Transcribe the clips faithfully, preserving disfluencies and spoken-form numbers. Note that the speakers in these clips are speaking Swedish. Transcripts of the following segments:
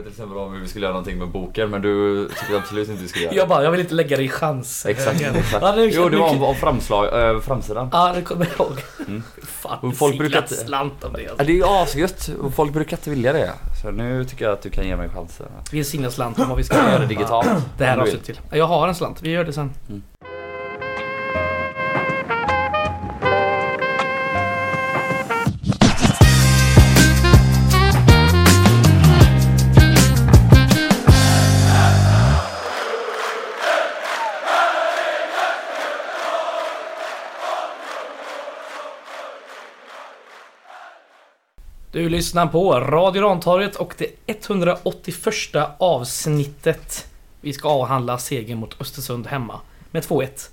Till exempel om vi skulle göra någonting med boken, men du tycker absolut inte vi skulle göra det. Jag bara, jag vill inte lägga dig i chans. Exakt, exakt. Ja, det, Jo, det var om, om framslag, äh, framsidan. Ja, det kommer jag ihåg. Mm. Fan, folk brukar inte slant om det. Alltså. Ja, det är ju asgött, och folk brukar inte vilja det. Så nu tycker jag att du kan ge mig chansen. Vi är sina slant om vad vi ska göra det digitalt. Det här avslutet till. Jag har en slant, vi gör det sen. Mm. Du lyssnar på Radio Rantorget och det etthundraåttioförsta avsnittet. Vi ska avhandla segern mot Östersund hemma med två ett.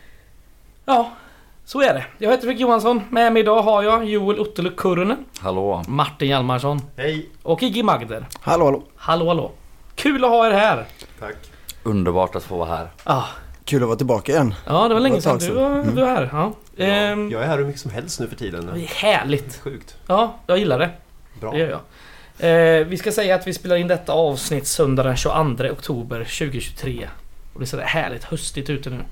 Ja, så är det. Jag heter Rick Johansson. Med mig idag har jag Joel Ottelu Kurrunen. Hallå. Martin Hjalmarsson. Hej. Och Iggy Magder. Hallå, hallå. Hallå, hallå. Kul att ha er här. Tack. Underbart att få vara här. Ah. Kul att vara tillbaka igen. Ja, det var länge sedan du var, mm. du var här. Ja. Ja, jag är här hur mycket som helst nu för tiden. Det är härligt. Sjukt. Ja, jag gillar det. Bra. Det gör jag. Eh, vi ska säga att vi spelar in detta avsnitt söndag den tjugoandra oktober tjugohundratjugotre. Och det är sådär härligt höstigt ute nu.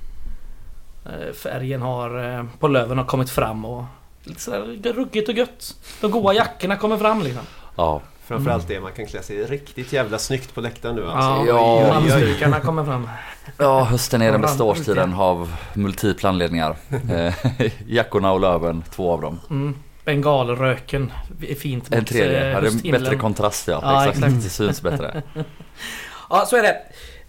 Eh, färgen har eh, på löven har kommit fram och lite sådär ruggigt och gött. De goda jackorna kommer fram liksom. Ja. Framförallt det, man kan klä sig riktigt jävla snyggt på läktaren nu alltså. Ja, ja. handstrukarna kommer fram. Ja, hösten är den bästa årstiden av multipla anledningar. Jackorna och löven, två av dem. Mm. Bengalröken är fint. En tredje, ja, det är bättre kontrast, ja. Ja, exakt. exakt. Det syns bättre. Ja, så är det.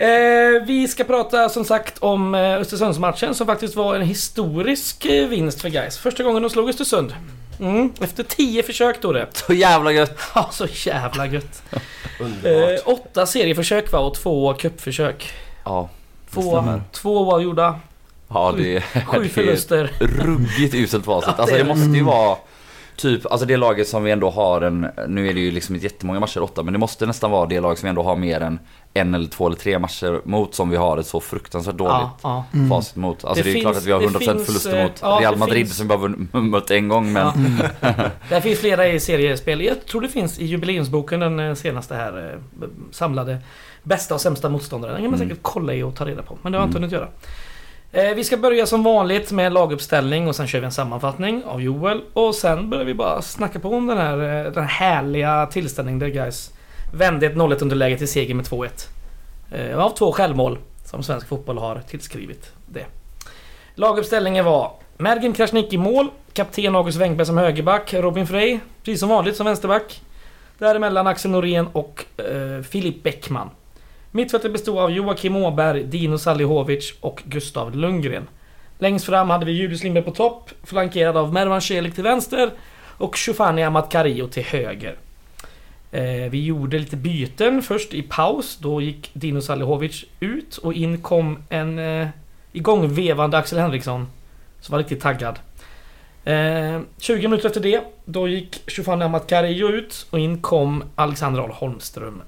Eh, vi ska prata som sagt om Östersundsmatchen som faktiskt var en historisk vinst för Gais. Första gången de slog Östersund. Mm, efter tio försök då det. Så jävla gött. Ja, så jävla gött. Underbart. Eh, åtta serieförsök va, och två cupförsök. Ja, Två, två oavgjorda. Ja, det är sju förluster. Ruggigt uselt facit. Alltså det måste ju vara typ, alltså det laget som vi ändå har en, nu är det ju liksom inte jättemånga matcher, åtta, men det måste nästan vara det lag som vi ändå har mer än en eller två eller tre matcher mot som vi har ett så fruktansvärt dåligt ja, ja. facit mot. Alltså det, det är finns, klart att vi har hundra procent förluster mot ja, Real Madrid finns, som vi bara mött en gång, men ja. Det finns flera i seriespel. Jag tror det finns i jubileumsboken, den senaste här samlade bästa och sämsta motståndare. Den kan man mm. säkert kolla i och ta reda på, men det har jag inte hunnit göra. Eh, vi ska börja som vanligt med laguppställning och sen kör vi en sammanfattning av Joel och sen börjar vi bara snacka på om den här, den här härliga tillställningen där guys vände ett noll ett underläge till seger med två ett. Eh, av två självmål som svensk fotboll har tillskrivit det. Laguppställningen var Mergin Krasniqi i mål, kapten August Wengberg som högerback, Robin Frey precis som vanligt som vänsterback. Däremellan Axel Norén och eh, Filip Bäckman. Mittfältet bestod av Joakim Åberg, Dino Salihovic och Gustav Lundgren. Längst fram hade vi Julius Lindberg på topp, flankerad av Mervan Celik till vänster och Shofani Amatkario till höger. Eh, vi gjorde lite byten först i paus. Då gick Dino Salihovic ut och in kom en eh, igångvevande Axel Henriksson som var riktigt taggad. Eh, tjugo minuter efter det, då gick Shofani Amatkario ut och in kom Alexander Ahl Holmström.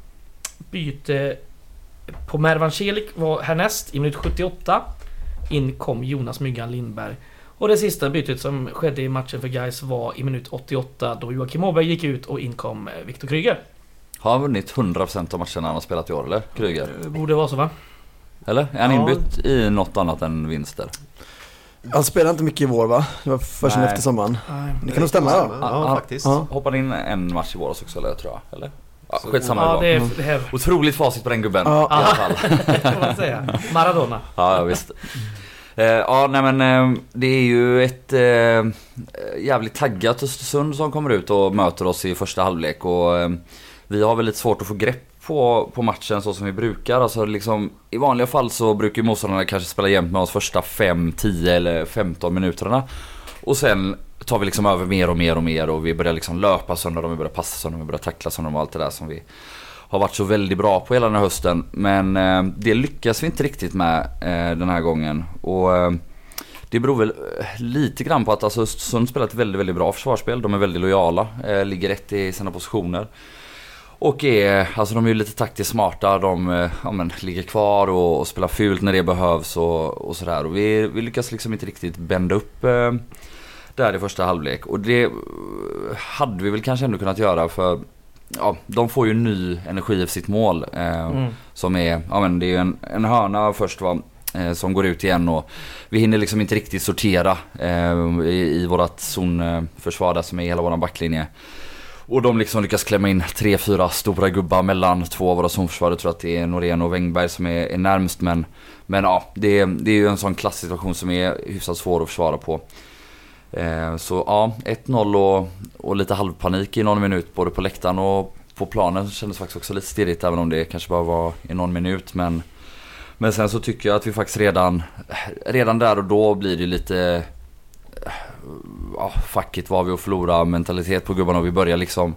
Byte på Mervan Celik var härnäst i minut sjuttioåtta. In kom Jonas Myggan Lindberg. Och det sista bytet som skedde i matchen för Gais var i minut åttioåtta då Joakim Åberg gick ut och in kom Viktor Kryger. Har han vunnit hundra procent av matcherna han har spelat i år, eller? Kryger? Borde vara så, va? Eller? Är han ja. inbytt i något annat än vinster? Han spelade inte mycket i vår, va? Det var först efter sommaren. Nej. Det kan nog stämma, ja, ja, faktiskt. Ja. Hoppade in en match i vår också, eller, tror jag, eller? Ja, skitsamma ja, det är, det här. Otroligt facit på den gubben, ja. i alla fall. Kan man säga. Maradona. Ja, ja visst. Uh, ja, nej men uh, det är ju ett uh, jävligt taggat Östersund som kommer ut och möter oss i första halvlek. Och uh, vi har väl lite svårt att få grepp på, på matchen så som vi brukar. Alltså liksom, i vanliga fall så brukar motståndarna kanske spela jämnt med oss första fem, tio eller femton minuterna. Och sen tar vi liksom över mer och mer och mer och vi börjar liksom löpa sönder dem, vi börjar passa sönder dem, vi börjar tackla sönder dem och allt det där som vi har varit så väldigt bra på hela den här hösten. Men eh, det lyckas vi inte riktigt med eh, den här gången. Och eh, det beror väl lite grann på att alltså, Östersund spelar ett väldigt, väldigt bra försvarsspel. De är väldigt lojala, eh, ligger rätt i sina positioner. Och är, alltså de är ju lite taktiskt smarta. De eh, ja, men, ligger kvar och, och spelar fult när det behövs och, och sådär. Och vi, vi lyckas liksom inte riktigt bända upp eh, där i första halvlek. Och det hade vi väl kanske ändå kunnat göra, för ja, de får ju ny energi för sitt mål. Eh, Mm. Som är, ja men det är ju en, en hörna först va, eh, som går ut igen och vi hinner liksom inte riktigt sortera eh, i, i vårat zonförsvar där som är hela våran backlinje. Och de liksom lyckas klämma in tre, fyra stora gubbar mellan två av våra zonförsvar. Jag tror att det är Norén och Wängberg som är, är närmst. Men, men ja, det, det är ju en sån klasssituation som är hyfsat svår att försvara på. Eh, så ja, ett noll och, och lite halvpanik i någon minut både på läktaren och på planen. Kändes faktiskt också lite stirrigt även om det kanske bara var i någon minut. Men, men sen så tycker jag att vi faktiskt redan, redan där och då blir det lite... Ja, facket var vi och förlora mentalitet på gubbarna och vi börjar liksom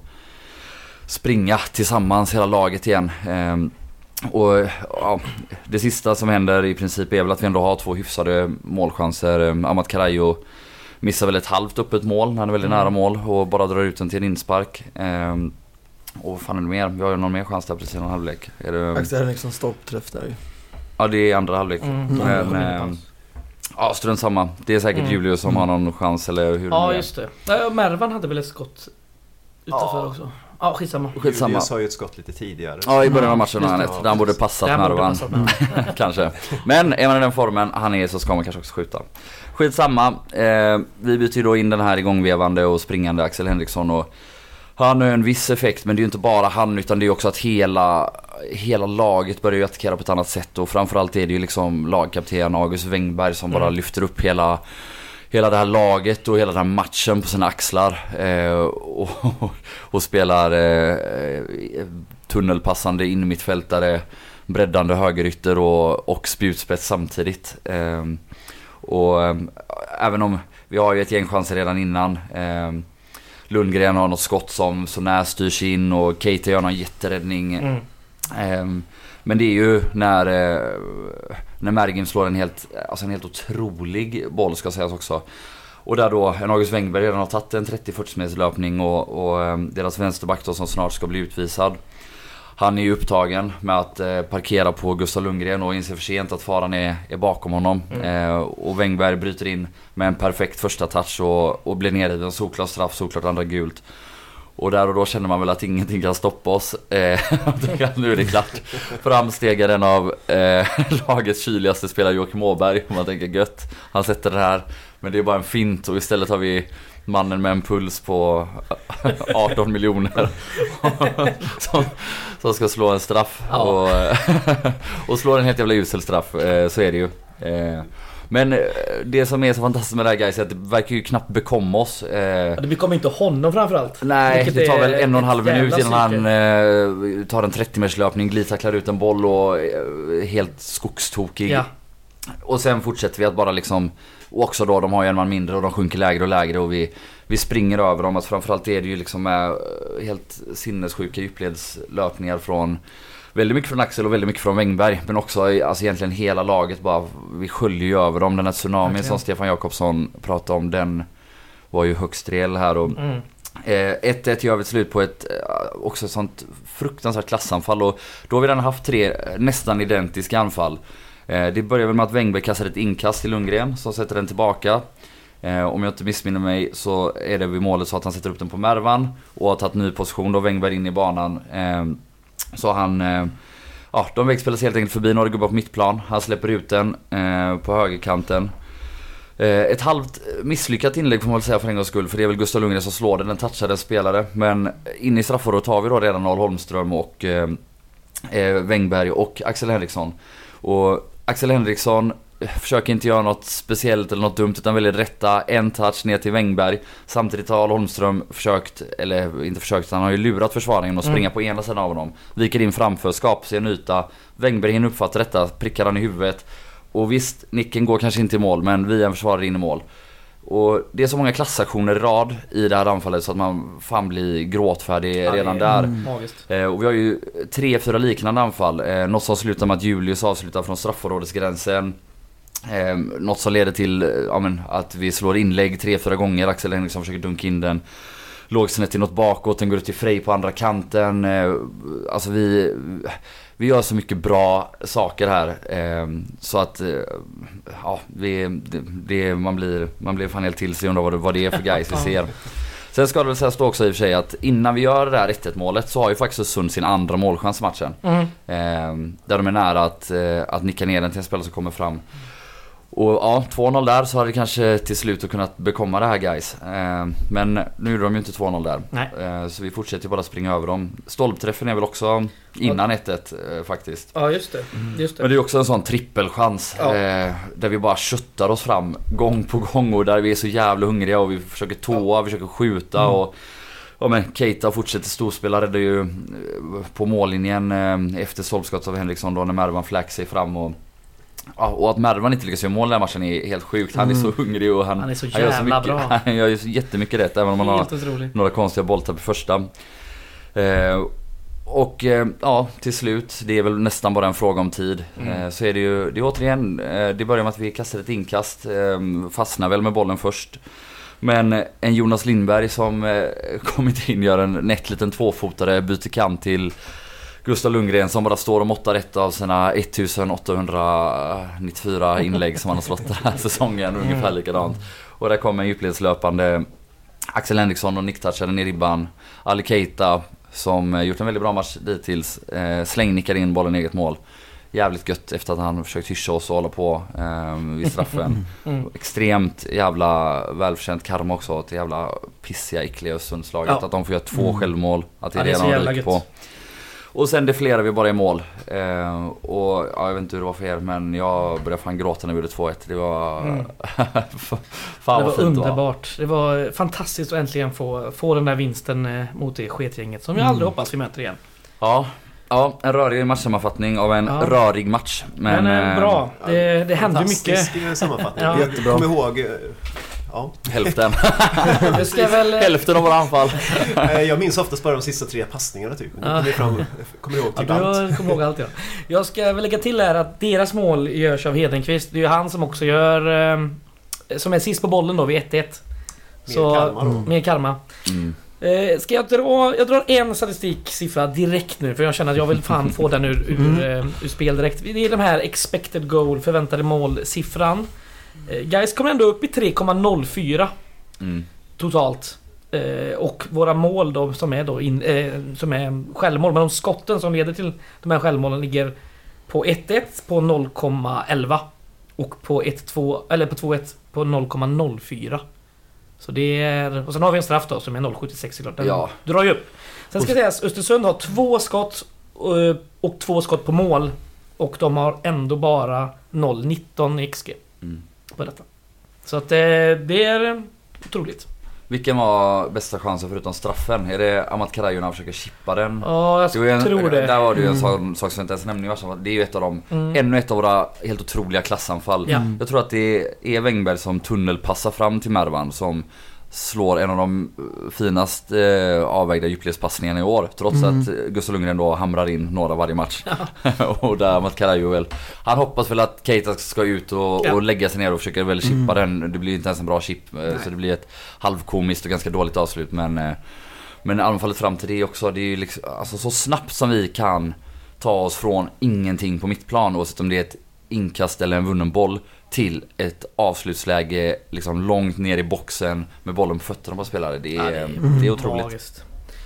springa tillsammans hela laget igen. Ehm, och ja, det sista som händer i princip är väl att vi ändå har två hyfsade målchanser. Ehm, Amat Karajo missar väl ett halvt öppet mål när han är väldigt mm. nära mål och bara drar ut den till en inspark. Ehm, och vad fan är det mer? Vi har ju någon mer chans där precis i någon halvlek. Är det... Axel Henriksson stolpträff där ju. Ja, det är andra halvlek. Mm. Men, men, ja, strunt samma. Det är säkert mm. Julius som mm. har någon chans eller hur. Ja, just det. Ja, Mervan hade väl ett skott utanför ja. också. Ja, skitsamma. skitsamma. Julius har ju ett skott lite tidigare. Ja, i början av matchen har han ett. Där han borde passat Mervan. Kanske. Men är man i den formen han är så ska man kanske också skjuta. Skitsamma. Eh, vi byter ju då in den här igångvevande och springande Axel Henriksson och han har en viss effekt, men det är ju inte bara han utan det är också att hela, hela laget börjar ju attackera på ett annat sätt och framförallt är det ju liksom lagkapten August Wängberg som mm. bara lyfter upp hela, hela det här laget och hela den här matchen på sina axlar eh, och, och spelar eh, tunnelpassande in mittfältare, breddande högerytter och, och spjutspets samtidigt. Eh, och eh, även om vi har ju ett gäng chanser redan innan eh, Lundgren har något skott som så när styrs in och Keita gör någon jätteräddning. Mm. Um, men det är ju när uh, när Mergim slår en helt alltså en helt otrolig boll ska sägas också. Och där då en August Wängberg redan har tagit en trettio fyrtio meters löpning och, och um, deras vänsterback då som snart ska bli utvisad. Han är ju upptagen med att eh, parkera på Gustav Lundgren och inser för sent att faran är, är bakom honom. Mm. Eh, och Wängberg bryter in med en perfekt första touch och, och blir nere i en solklar straff, solklart andra gult. Och där och då känner man väl att ingenting kan stoppa oss. Eh, nu är det klart. Framstegaren av eh, lagets kyligaste spelare Joakim Åberg, om man tänker gött. Han sätter det här, men det är bara en fint och istället har vi mannen med en puls på arton miljoner som, som ska slå en straff ja. och, och slå en helt jävla usel straff, så är det ju. Men det som är så fantastiskt med det här guys är att det verkar ju knappt bekomma oss. Ja, det bekommer inte honom framförallt. Nej, det tar väl en och en halv minut innan han eh, tar en trettio meters löpning, glidtacklar ut en boll och eh, helt skogstokig. Ja. Och sen fortsätter vi att bara liksom, och också då de har ju en man mindre och de sjunker lägre och lägre och vi, vi springer över dem. Alltså framförallt är det ju liksom med helt sinnessjuka djupledslöpningar från väldigt mycket från Axel och väldigt mycket från Wängberg, men också alltså egentligen hela laget bara, vi sköljer ju över dem. Den här tsunamin okay. som Stefan Jakobsson pratade om, den var ju högst reell här och mm. ett ett gör vi ett slut på ett också sånt fruktansvärt klassanfall och då har vi redan haft tre nästan identiska anfall. Det börjar väl med att Wängberg kastar ett inkast till Lundgren som sätter den tillbaka. Om jag inte missminner mig så är det vid målet så att han sätter upp den på Mervan och har tagit ny position då Wängberg in i banan. Så han, ja, de vägspelas helt enkelt förbi några gubbar på mittplan. Han släpper ut den på högerkanten. Ett halvt misslyckat inlägg får man väl säga för en gångs skull, för det är väl Gustav Lundgren som slår den, den touchade spelare. Men in i straffområdet tar vi då redan Noel Holmström och eh, Wängberg och Axel Henriksson. Och Axel Henriksson försöker inte göra något speciellt eller något dumt utan väljer rätta en touch ner till Wängberg. Samtidigt har Holmström försökt, eller inte försökt, han har ju lurat försvaringen och springa mm. på ena sidan av honom. Viker in framför, skapar sig en yta. Wängberg hinner uppfatta detta, prickar han i huvudet. Och visst, nicken går kanske inte i mål, men vi är en försvarare in i mål. Och det är så många klassaktioner i rad i det här anfallet så att man fan blir gråtfärdig redan där. Mm. Eh, och vi har ju tre, fyra liknande anfall. Eh, något som slutar med att Julius avslutar från straffområdesgränsen. Eh, något som leder till ja, men, att vi slår inlägg tre, fyra gånger. Axel Henriksson försöker dunka in den. Lågsenet till något bakåt, den går ut till Frej på andra kanten. Eh, alltså vi... Vi gör så mycket bra saker här eh, så att eh, ja, vi, det, det, man, blir, man blir fan helt till sig undrar vad det, vad det är för guys vi ser. Sen ska det väl säga stå också i och för sig att innan vi gör det här ett ett målet så har ju faktiskt Sund sin andra målchans i matchen. Mm. Eh, där de är nära att, eh, att nicka ner den till en spelare som kommer fram. Och ja, två noll där så hade det kanske till slut kunnat bekomma det här guys. Eh, men nu gjorde de ju inte två noll där. Eh, så vi fortsätter ju bara springa över dem. Stolpträffen är väl också innan ett ett eh, faktiskt. Ja, just det. just det. Men det är också en sån trippelchans Ja. eh, där vi bara köttar oss fram gång på gång och där vi är så jävla hungriga och vi försöker tåa, vi försöker skjuta mm. och ja, men Keita fortsätter storspela, räddar ju eh, på mållinjen eh, efter stolpskott av Henriksson då när Mervan fläcker sig fram och ja, och att Mervan inte lyckas göra mål den matchen är helt sjukt. Han är så hungrig och han, han är så han gör så mycket, bra. Han gör ju så jättemycket rätt även om man helt har otroligt. några konstiga bolltapp i första. Eh, och eh, ja, till slut, det är väl nästan bara en fråga om tid. Mm. Eh, så är det ju, det är återigen, eh, det börjar med att vi kastar ett inkast, eh, fastnar väl med bollen först. Men en Jonas Lindberg som eh, kommit in gör en nätt liten tvåfotare, byter kant till Gustav Lundgren som bara står och måttar ett av sina ettusenåttahundranittiofyra inlägg som han har slått den här säsongen, mm. ungefär likadant. Och där kommer en djupledslöpande Axel Henriksson och nicktatchade ner ribban. Ali Keita som gjort en väldigt bra match dittills, eh, slängnickar in bollen i eget mål. Jävligt gött efter att han försökt hyscha oss och hålla på eh, vid straffen. Mm. Extremt jävla välförtjänt karma också, ett jävla pissiga, äckliga Östundslaget. Ja. Att de får göra två mm. självmål. Att det är ja, det är redan på. Och sen defilerar vi bara i mål. Eh, och ja, jag vet inte hur det var för er, men jag började fan gråta när vi gjorde två ett. Det var mm. fan det var fint, underbart. Va? Det var fantastiskt att äntligen få, få den där vinsten eh, mot det sketgänget som jag mm. aldrig hoppas vi möter igen. Ja. Ja, en rörig matchsammanfattning av en ja. rörig match. Men, men eh, bra. Det, det hände mycket. Fantastisk sammanfattning. Ja. Jättebra. Kom ihåg... Ja. Hälften. Det ska väl... Hälften av våra anfall. Jag minns oftast bara de sista tre passningarna typ. Men ja. fram, kommer ihåg typ ja, allt. Kommer ihåg allt, ja. Jag ska väl lägga till här att deras mål görs av Hedenqvist. Det är ju han som också gör... Eh, som är sist på bollen då vid ett ett. Så, mer karma då. Mer karma. Mm. Eh, ska jag dra... Jag drar en statistiksiffra direkt nu. För jag känner att jag vill fan få den ur, ur, mm. ur, ur spel direkt. Det är de här expected goal, förväntade mål-siffran. Guys kommer ändå upp i tre komma noll fyra mm. totalt. Eh, och våra mål då, som är då in, eh, som är självmål, men de skotten som leder till de här självmålen ligger på ett ett på noll komma elva och på ett två eller på två ett på noll komma noll fyra. Så det är, och sen har vi en straff då som är noll komma sjuttiosex klart. Den ja. drar ju upp. Sen ska sägas Östersund har två skott och, och två skott på mål och de har ändå bara noll komma nitton X G. Mm. På detta. Så att det, det är otroligt. Vilken var bästa chansen förutom straffen? Är det Amat Karajuna försöker chippa den? Ja, jag det en, tror det. Där var det ju en mm. sak som inte ens nämnde i matchen. Det är ju ett av dem, mm. ännu ett av våra helt otroliga klassanfall. Mm. Jag tror att det är Wängberg som tunnelpassar fram till Mervan som slår en av de finast eh, avvägda djupledspassningarna i år. Trots mm. att Gustav Lundgren då hamrar in några varje match. Ja. Och där Amat Karajuna, han hoppas väl att Keita ska ut och, ja. och lägga sig ner och försöka väl chippa mm. den. Det blir inte ens en bra chip. Nej. Så det blir ett halvkomiskt och ganska dåligt avslut. Men, eh, men anfallet fram till det också, det är ju liksom, alltså, så snabbt som vi kan ta oss från ingenting på mittplan, oavsett om det är ett inkast eller en vunnen boll, till ett avslutsläge liksom långt ner i boxen med bollen på fötterna på spelare. Det är, ja, det är, det är otroligt.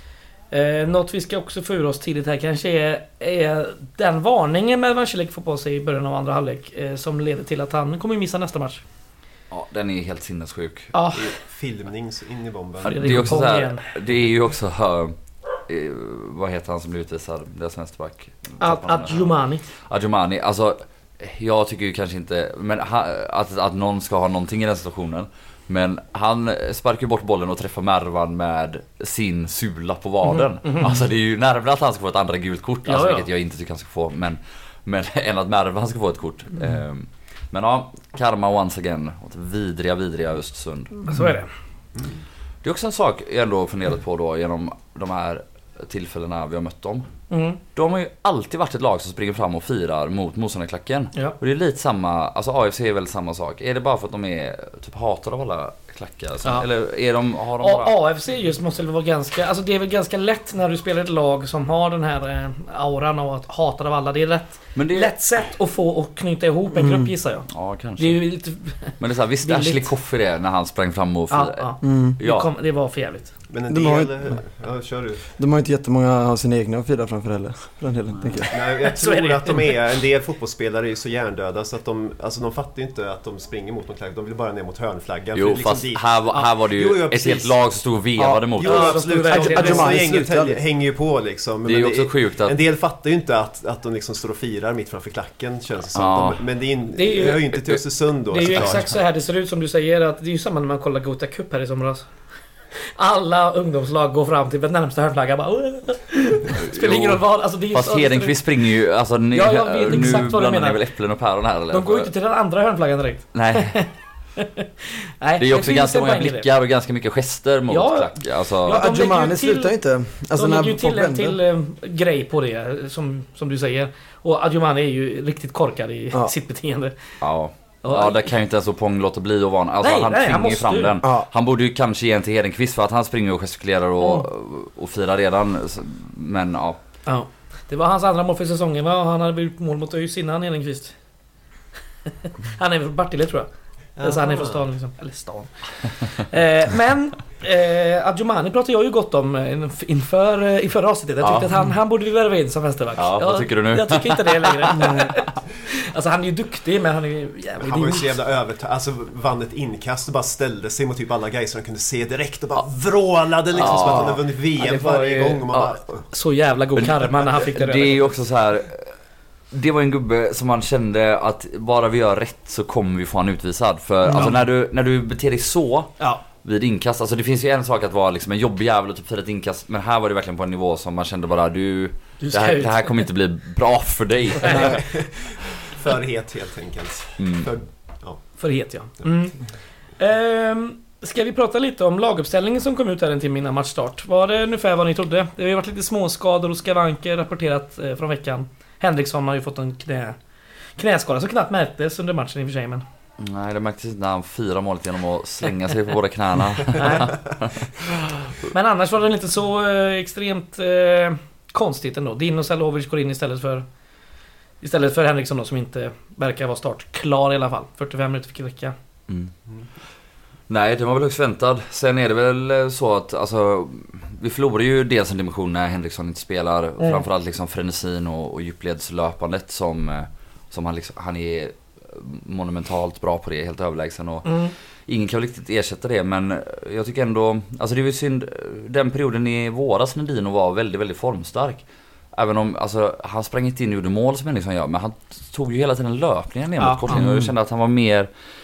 Eh, något vi ska också få ur oss tidigt här kanske är, är den varningen med Vanchelik får på sig i början av andra halvlek eh, som leder till att han kommer missa nästa match. Ja, den är helt sinnessjuk. Ah. Filmning in i bomben. Det är, också så här, det är ju också uh, uh, vad heter han som blir utvisad? Deras vänsterback. Adjumani. Adjumani, alltså jag tycker ju kanske inte, men ha, att, att någon ska ha någonting i den situationen. Men han sparkar bort bollen och träffar Mervan med sin sula på vaden. Mm, mm. Alltså det är ju närmare att han ska få ett andra gult kort, alltså, ja, ja. Vilket jag inte tycker han ska få. Men, men än att Mervan ska få ett kort. Mm. Um, men ja, karma once again. Vidriga, vidriga Östersund. Mm. Så är det. Mm. Det är också en sak jag ändå funderat på då genom de här tillfällena vi har mött dem. Mm. De har ju alltid varit ett lag som springer fram och firar mot motståndarklacken. Ja. Och det är lite samma, alltså A F C är väl samma sak. Är det bara för att de är typ hatade av alla klackar alltså. Ja. Eller är de, har de A- bara... A F C just måste väl vara ganska, alltså det är väl ganska lätt när du spelar ett lag som har den här eh, auran av att hata av alla. Det är rätt Men det är... lätt sätt att få och knyta ihop en grupp Mm. gissar jag. Ja, kanske. Det är ju lite... Men det är så här, visst billigt. Ashley Coffey det när han sprang fram och... Ja, ja. Mm. Det, Ja. kom, det var för jävligt. Men en De har del... Ja, kör du. De har inte jättemånga av sina egna att fira framför heller. För den delen, tänker jag. Nej, jag Så är tror det. att de är, en del fotbollsspelare är så hjärndöda så att de, alltså de fattar ju inte att de springer mot någon flagg. De vill bara ner mot hörnflaggan. Jo, För liksom fast dit- här, var- här var det ju Jo, ja, ett precis. helt lag som stod och vevade Ja. mot Jo, oss. Ja, absolut. de stod Och verkligen- resten av Adjumani gänget slutade. hänger- hänger ju på liksom. Det är ju Men också sjukt att... en del fattar ju inte att, att de liksom står och firar mitt framför klacken, känns det som. Ja. De, men det, är in, Det är ju- det hör ju inte till Östersund då. Det är ju såklart. exakt så här det ser ut som du säger, att det är ju samma när man kollar Gota Cup här i somras. Alla ungdomslag går fram till närmsta hörnflagga bara... Spelar ingen roll vad, alltså det är ju Fast så- Hedenqvist springer ju, alltså ni, Ja, jag vet nu exakt vad du blandar menar. ni väl äpplen och päron här eller? De går ju inte till den andra hörnflaggan direkt. Nej, Nej, det är ju också finns ganska en många poäng i det. blickar och ganska mycket gester mot Ja. klack. Alltså, Ja, de lägger ju Adjumani till- slutar ju inte. Alltså De när lägger ju folk till en vänder. till eh, grej på det, som, som du säger. Och Adjumani är ju riktigt korkad i Ja. sitt beteende. ja. Och- Ja, där kan ju inte ens Opong låta bli att vara. Alltså Nej, han nej, tvingar han ju måste fram ju. den. Ja. Han borde ju kanske ge en till Hedenqvist för att han springer och gestikulerar och, Mm. och firar redan. Men ja. Ja. Det var hans andra mål för säsongen, va? Han hade gjort mål mot ÖIS innan Hedenqvist. Han är från Partille tror jag. Alltså han är från stan liksom. Eller stan. eh, men eh, Adjumani pratar jag ju gott om eh, inför, eh, inför avsnittet. Jag tyckte Ja. att han, han borde vi värva in som vänsterback. Ja, vad jag, tycker du nu? Jag tycker inte det längre. Alltså han är ju duktig men han är ju jävligt Han var ju idiot. så jävla övertag, alltså vann ett inkast och bara ställde sig mot typ alla guys som kunde se direkt och bara vrålade liksom Ja. som att han hade vunnit V M Ja, det var varje ju- gång och man ja. bara... Så jävla god karma när han fick det Det är ju också så här. Det var en gubbe som man kände att bara vi gör rätt så kommer vi få han utvisad. För Mm. alltså när du, när du beter dig så Ja. vid inkast, alltså det finns ju en sak att vara liksom en jobbig jävel och typ fira ett inkast. Men här var det verkligen på en nivå som man kände bara du, Du det, ska här, ut. det här kommer inte bli bra för dig. För het helt enkelt. Mm. För, För het ja. Mm. Ehm, ska vi prata lite om laguppställningen som kom ut här en timme innan matchstart? Var det ungefär vad ni trodde? Det har ju varit lite småskador och skavanker rapporterat eh, från veckan. Henriksson har ju fått en knä, knäskada som knappt märktes under matchen i och för sig, men... Nej, det märktes inte när han firar målet genom att slänga sig på båda knäna. Nej. Men annars var det inte så eh, extremt eh, konstigt ändå. Dino Salovic går in istället för istället för Henriksson då, som inte verkar vara startklar i alla fall. fyrtiofem minuter fick räcka. Mm. Nej, det var väl högst väntad. Sen är det väl så att alltså, vi förlorar ju dels en dimension när Henriksson inte spelar. Mm. Framförallt liksom frenesin och, och djupledslöpandet som, eh, som han, liksom, han är monumentalt bra på det, helt överlägsen. Och Mm. ingen kan väl riktigt ersätta det, men jag tycker ändå, alltså det är ju synd, den perioden i våras när Dino var väldigt, väldigt formstark. Även om, alltså han sprang inte in och gjorde mål som Henriksson gör, men han tog ju hela tiden löpningen ner Ja. mot kortlinjen och jag kände att han var mer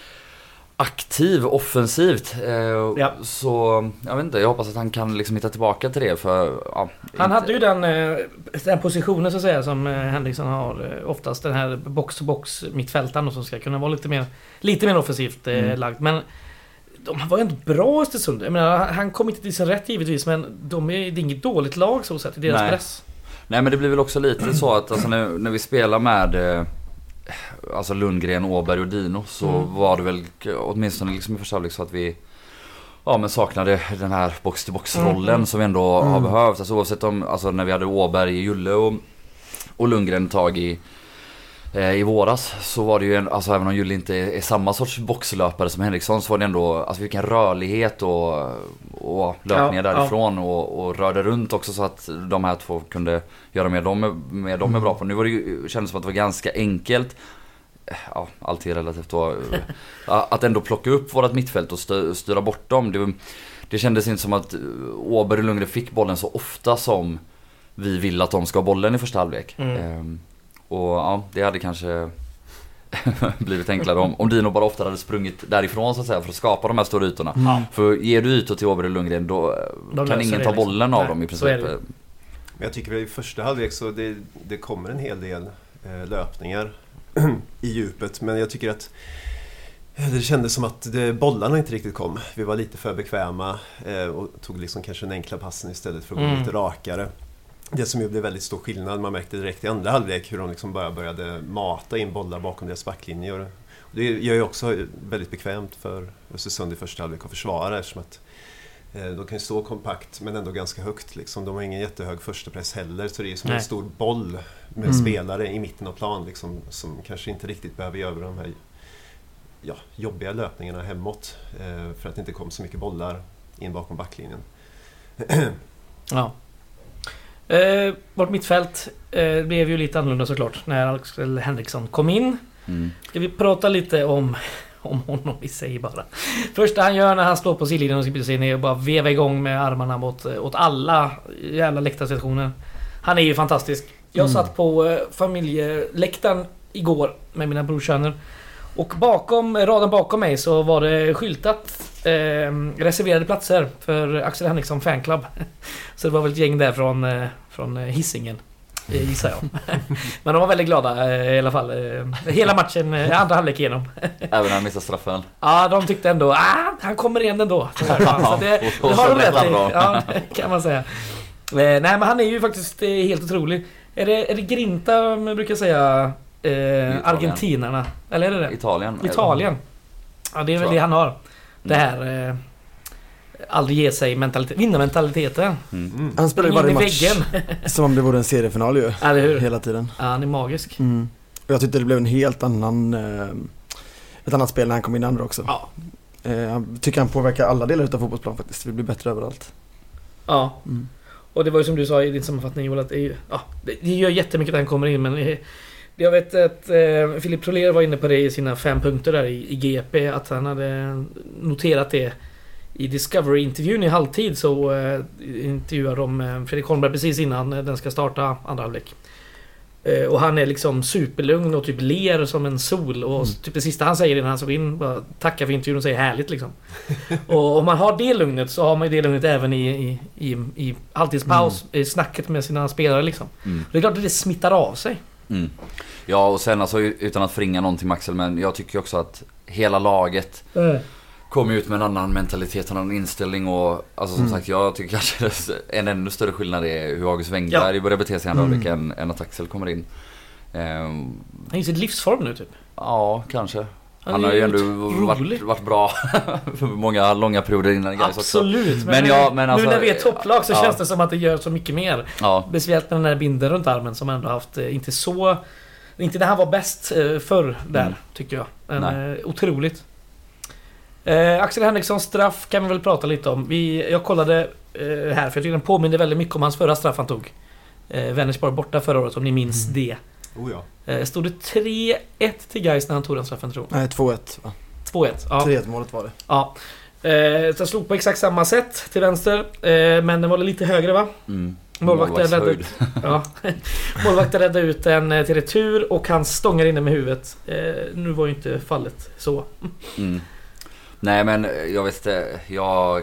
aktiv, offensivt. Eh, Ja. Så jag vet inte, jag hoppas att han kan liksom hitta tillbaka till det för ja, Han inte- hade ju den, eh, den positionen så att säga som eh, Henriksson har eh, oftast, den här box-to-box mittfältaren som ska kunna vara lite mer lite mer offensivt eh, Mm. lagd. Men de var ju ändå bra Östersund. Jag menar, han- han kom inte till sin rätt givetvis, men de är, det är inget dåligt lag så sett i deras Nej. press. Nej, men det blir väl också lite så att alltså, när, när vi spelar med eh, alltså Lundgren, Åberg och Dino så Mm. var det väl åtminstone liksom i första halvlek så att vi ja, men saknade den här box-to-box-rollen Mm. som vi ändå har Mm. behövt. Alltså, oavsett om, alltså, när vi hade Åberg, Julle och, och Lundgren tag i eh, i våras så var det ju en, alltså även om Julle inte är, är samma sorts boxlöpare som Henriksson så var det ändå, alltså vilken rörlighet och, och löpningar Ja, därifrån och, och rörde runt också så att de här två kunde göra mer de är, mer de är bra på. Nu var det ju, kändes som att det var ganska enkelt, ja, allt är relativt då, att ändå plocka upp vårat mittfält och stö, styra bort dem. Det, det kändes inte som att Åberg och Lundgren fick bollen så ofta som vi vill att de ska ha bollen i första halvlek. Mm. Ehm, och ja, det hade kanske blivit enklare om, om Dino bara ofta hade sprungit därifrån så att säga för att skapa de här stora ytorna. Ja. För ger du ytor till Åberg och Lundgren då De kan löser ingen det ta liksom. bollen av Nej, dem i så är princip. det. Men jag tycker väl i första halvlek så det, det kommer en hel del eh, löpningar i djupet. Men jag tycker att eh, det kändes som att det, bollarna inte riktigt kom. Vi var lite för bekväma eh, och tog liksom kanske en enkla passen istället för att gå Mm. lite rakare. Det som ju blev väldigt stor skillnad, man märkte direkt i andra halvlek hur de liksom bara började mata in bollar bakom deras backlinje. Och Det gör ju också väldigt bekvämt för Östersund i första halvlek att försvara, eftersom att de kan stå kompakt men ändå ganska högt. Liksom. De har ingen jättehög första press heller, så det är som Nej. en stor boll med mm. spelare i mitten av plan liksom, som kanske inte riktigt behöver göra de här ja, jobbiga löpningarna hemåt eh, för att det inte kommer så mycket bollar in bakom backlinjen. Ja. Eh, vårt mittfält eh, blev ju lite annorlunda såklart när Axel Henriksson kom in. Mm. Ska vi prata lite om om honom i sig bara. Första han gör när han står på sidlinjen och ska byta sig ner och bara veva igång med armarna mot åt alla jävla läktarsektioner. Han är ju fantastisk. Jag mm. satt på eh, familjeläktaren igår med mina brorsöner. Och bakom, raden bakom mig så var det skyltat eh, reserverade platser för Axel Henriksson fanclub. Så det var väl ett gäng där från, eh, från Hisingen, eh, gissar jag. Men de var väldigt glada eh, i alla fall. Eh, hela matchen, eh, andra halvlek igenom. Även när han missade straffen. Ja, de tyckte ändå, ah, han kommer igen ändå. Så, här, så det, det har de rätt i. Ja, kan man säga. Eh, nej, men han är ju faktiskt eh, helt otrolig. Är det, är det Grinta, man brukar säga... Eh, argentinarna, eller är det det? Italien. Italien. Ja, det är väl det han har. Det här eh, aldrig ge sig mentalitet, vinnarmentaliteten. Mm. Mm. Han spelar ju varje match som om det vore en seriefinal ju. Eller hur? Hela tiden. Ja, han är magisk. Mm. Och jag tyckte det blev en helt annan eh, ett annat spel när han kom in andra också. Ja. Eh, jag tycker han påverkar alla delar av fotbollsplan faktiskt. Vi blir bättre överallt. Ja. Mm. Och det var ju som du sa i din sammanfattning att det, ja, det gör jättemycket att han kommer in, men det, jag vet att eh, Filip Troller var inne på det i sina fem punkter där i, i G P, att han hade noterat det i Discovery-intervjun i halvtid. Så eh, intervjuar de eh, Fredrik Holmberg precis innan eh, den ska starta andra halvlek. Eh, och han är liksom superlugn och typ ler som en sol. Och mm. typ det sista han säger innan han såg in, bara tackar för intervjun och säger härligt liksom. Och om man har det lugnet så har man det lugnet även i, i, i, i halvtidspaus, mm. i snacket med sina spelare liksom. Mm. Det är klart att det smittar av sig. Mm. Ja, och sen alltså, utan att förringa någonting Axel, men jag tycker också att hela laget mm. kommer ut med en annan mentalitet och en annan inställning. Och alltså, som mm. sagt, jag tycker kanske en ännu större skillnad är hur August Wengberg ja. börjar bete sig i andra halvlek mm. än, än att Axel kommer in. um, Han är i sitt livsform nu typ. Ja, kanske. Han, han har ju ändå varit, varit bra för många långa perioder innan. Absolut, men, men, ja, men alltså, nu när vi är topplag så ja. känns det som att det gör så mycket mer. Ja. Speciellt med den här binden runt armen som ändå haft inte så... Inte när han var bäst förr där, mm. tycker jag. Men, eh, otroligt. Eh, Axel Henrikssons straff kan vi väl prata lite om. Vi, jag kollade eh, här, för jag tycker den påminner väldigt mycket om hans förra straff han tog. Eh, Vänersborg borta förra året, om ni minns mm. det. Oh ja. Eh, stod det tre ett till Gais när han tog den straffen, tror jag? Nej, två ett va? två ett, ja. tre ett målet var det. Ja. Eh, så jag slog på exakt samma sätt till vänster. Eh, men den var lite högre, va? Mm. Målvakten räddade ut, ja. Målvakten räddade ut den till retur och han stångar inne med huvudet. Eh, nu var ju inte fallet så. Mm. Nej, men jag vet inte, jag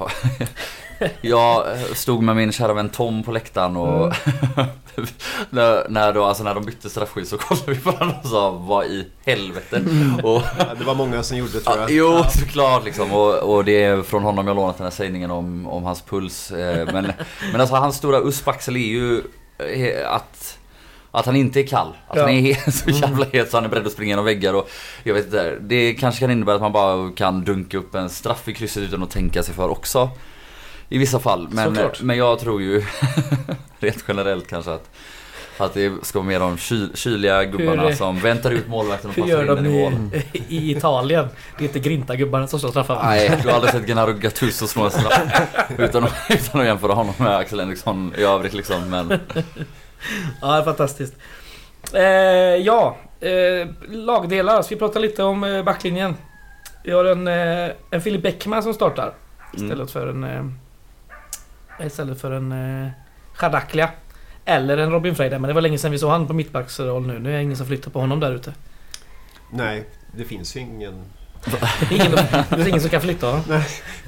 jag stod med min kära vän Tom på läktaren och mm. när, när, då, alltså när de bytte straffskydd så kollade vi på varandra och sa, vad i helvete. Mm. Och, ja, det var många som gjorde det, tror jag. Jo, ja. såklart liksom. och, och det är från honom jag lånat den här sägningen om, om hans puls. Men, men alltså hans stora uspaxel är ju att Att han inte är kall. Att ja. han är så jävla het så han är beredd att springa genom väggar. Och jag vet inte, det kanske kan innebära att man bara kan dunka upp en straff i krysset utan att tänka sig för också. I vissa fall. Men, men jag tror ju rent generellt kanske att, att det ska vara mer de kyl, kyliga gubbarna hur, som väntar ut målvakten och passar in den i mål. I, i Italien? Det är inte Grinta-gubbarna som slår straffar. Nej, du har aldrig sett Gennaro Gattuso slå en straff. utan, utan att jämföra honom med Axel Henriksson i övrigt liksom. Men... Ja, det är fantastiskt. Eh, ja, eh, lagdelar. Så vi pratar lite om eh, backlinjen. Vi har en, eh, en Filip Bäckman som startar istället mm. för en eh, istället för en eh, Chardaklia eller en Robin Freida. Men det var länge sedan vi såg han på mittbacksroll nu. Nu är det ingen som flyttar på honom där ute. Nej, det finns ju ingen. ingen det finns ingen som kan flytta. Nej.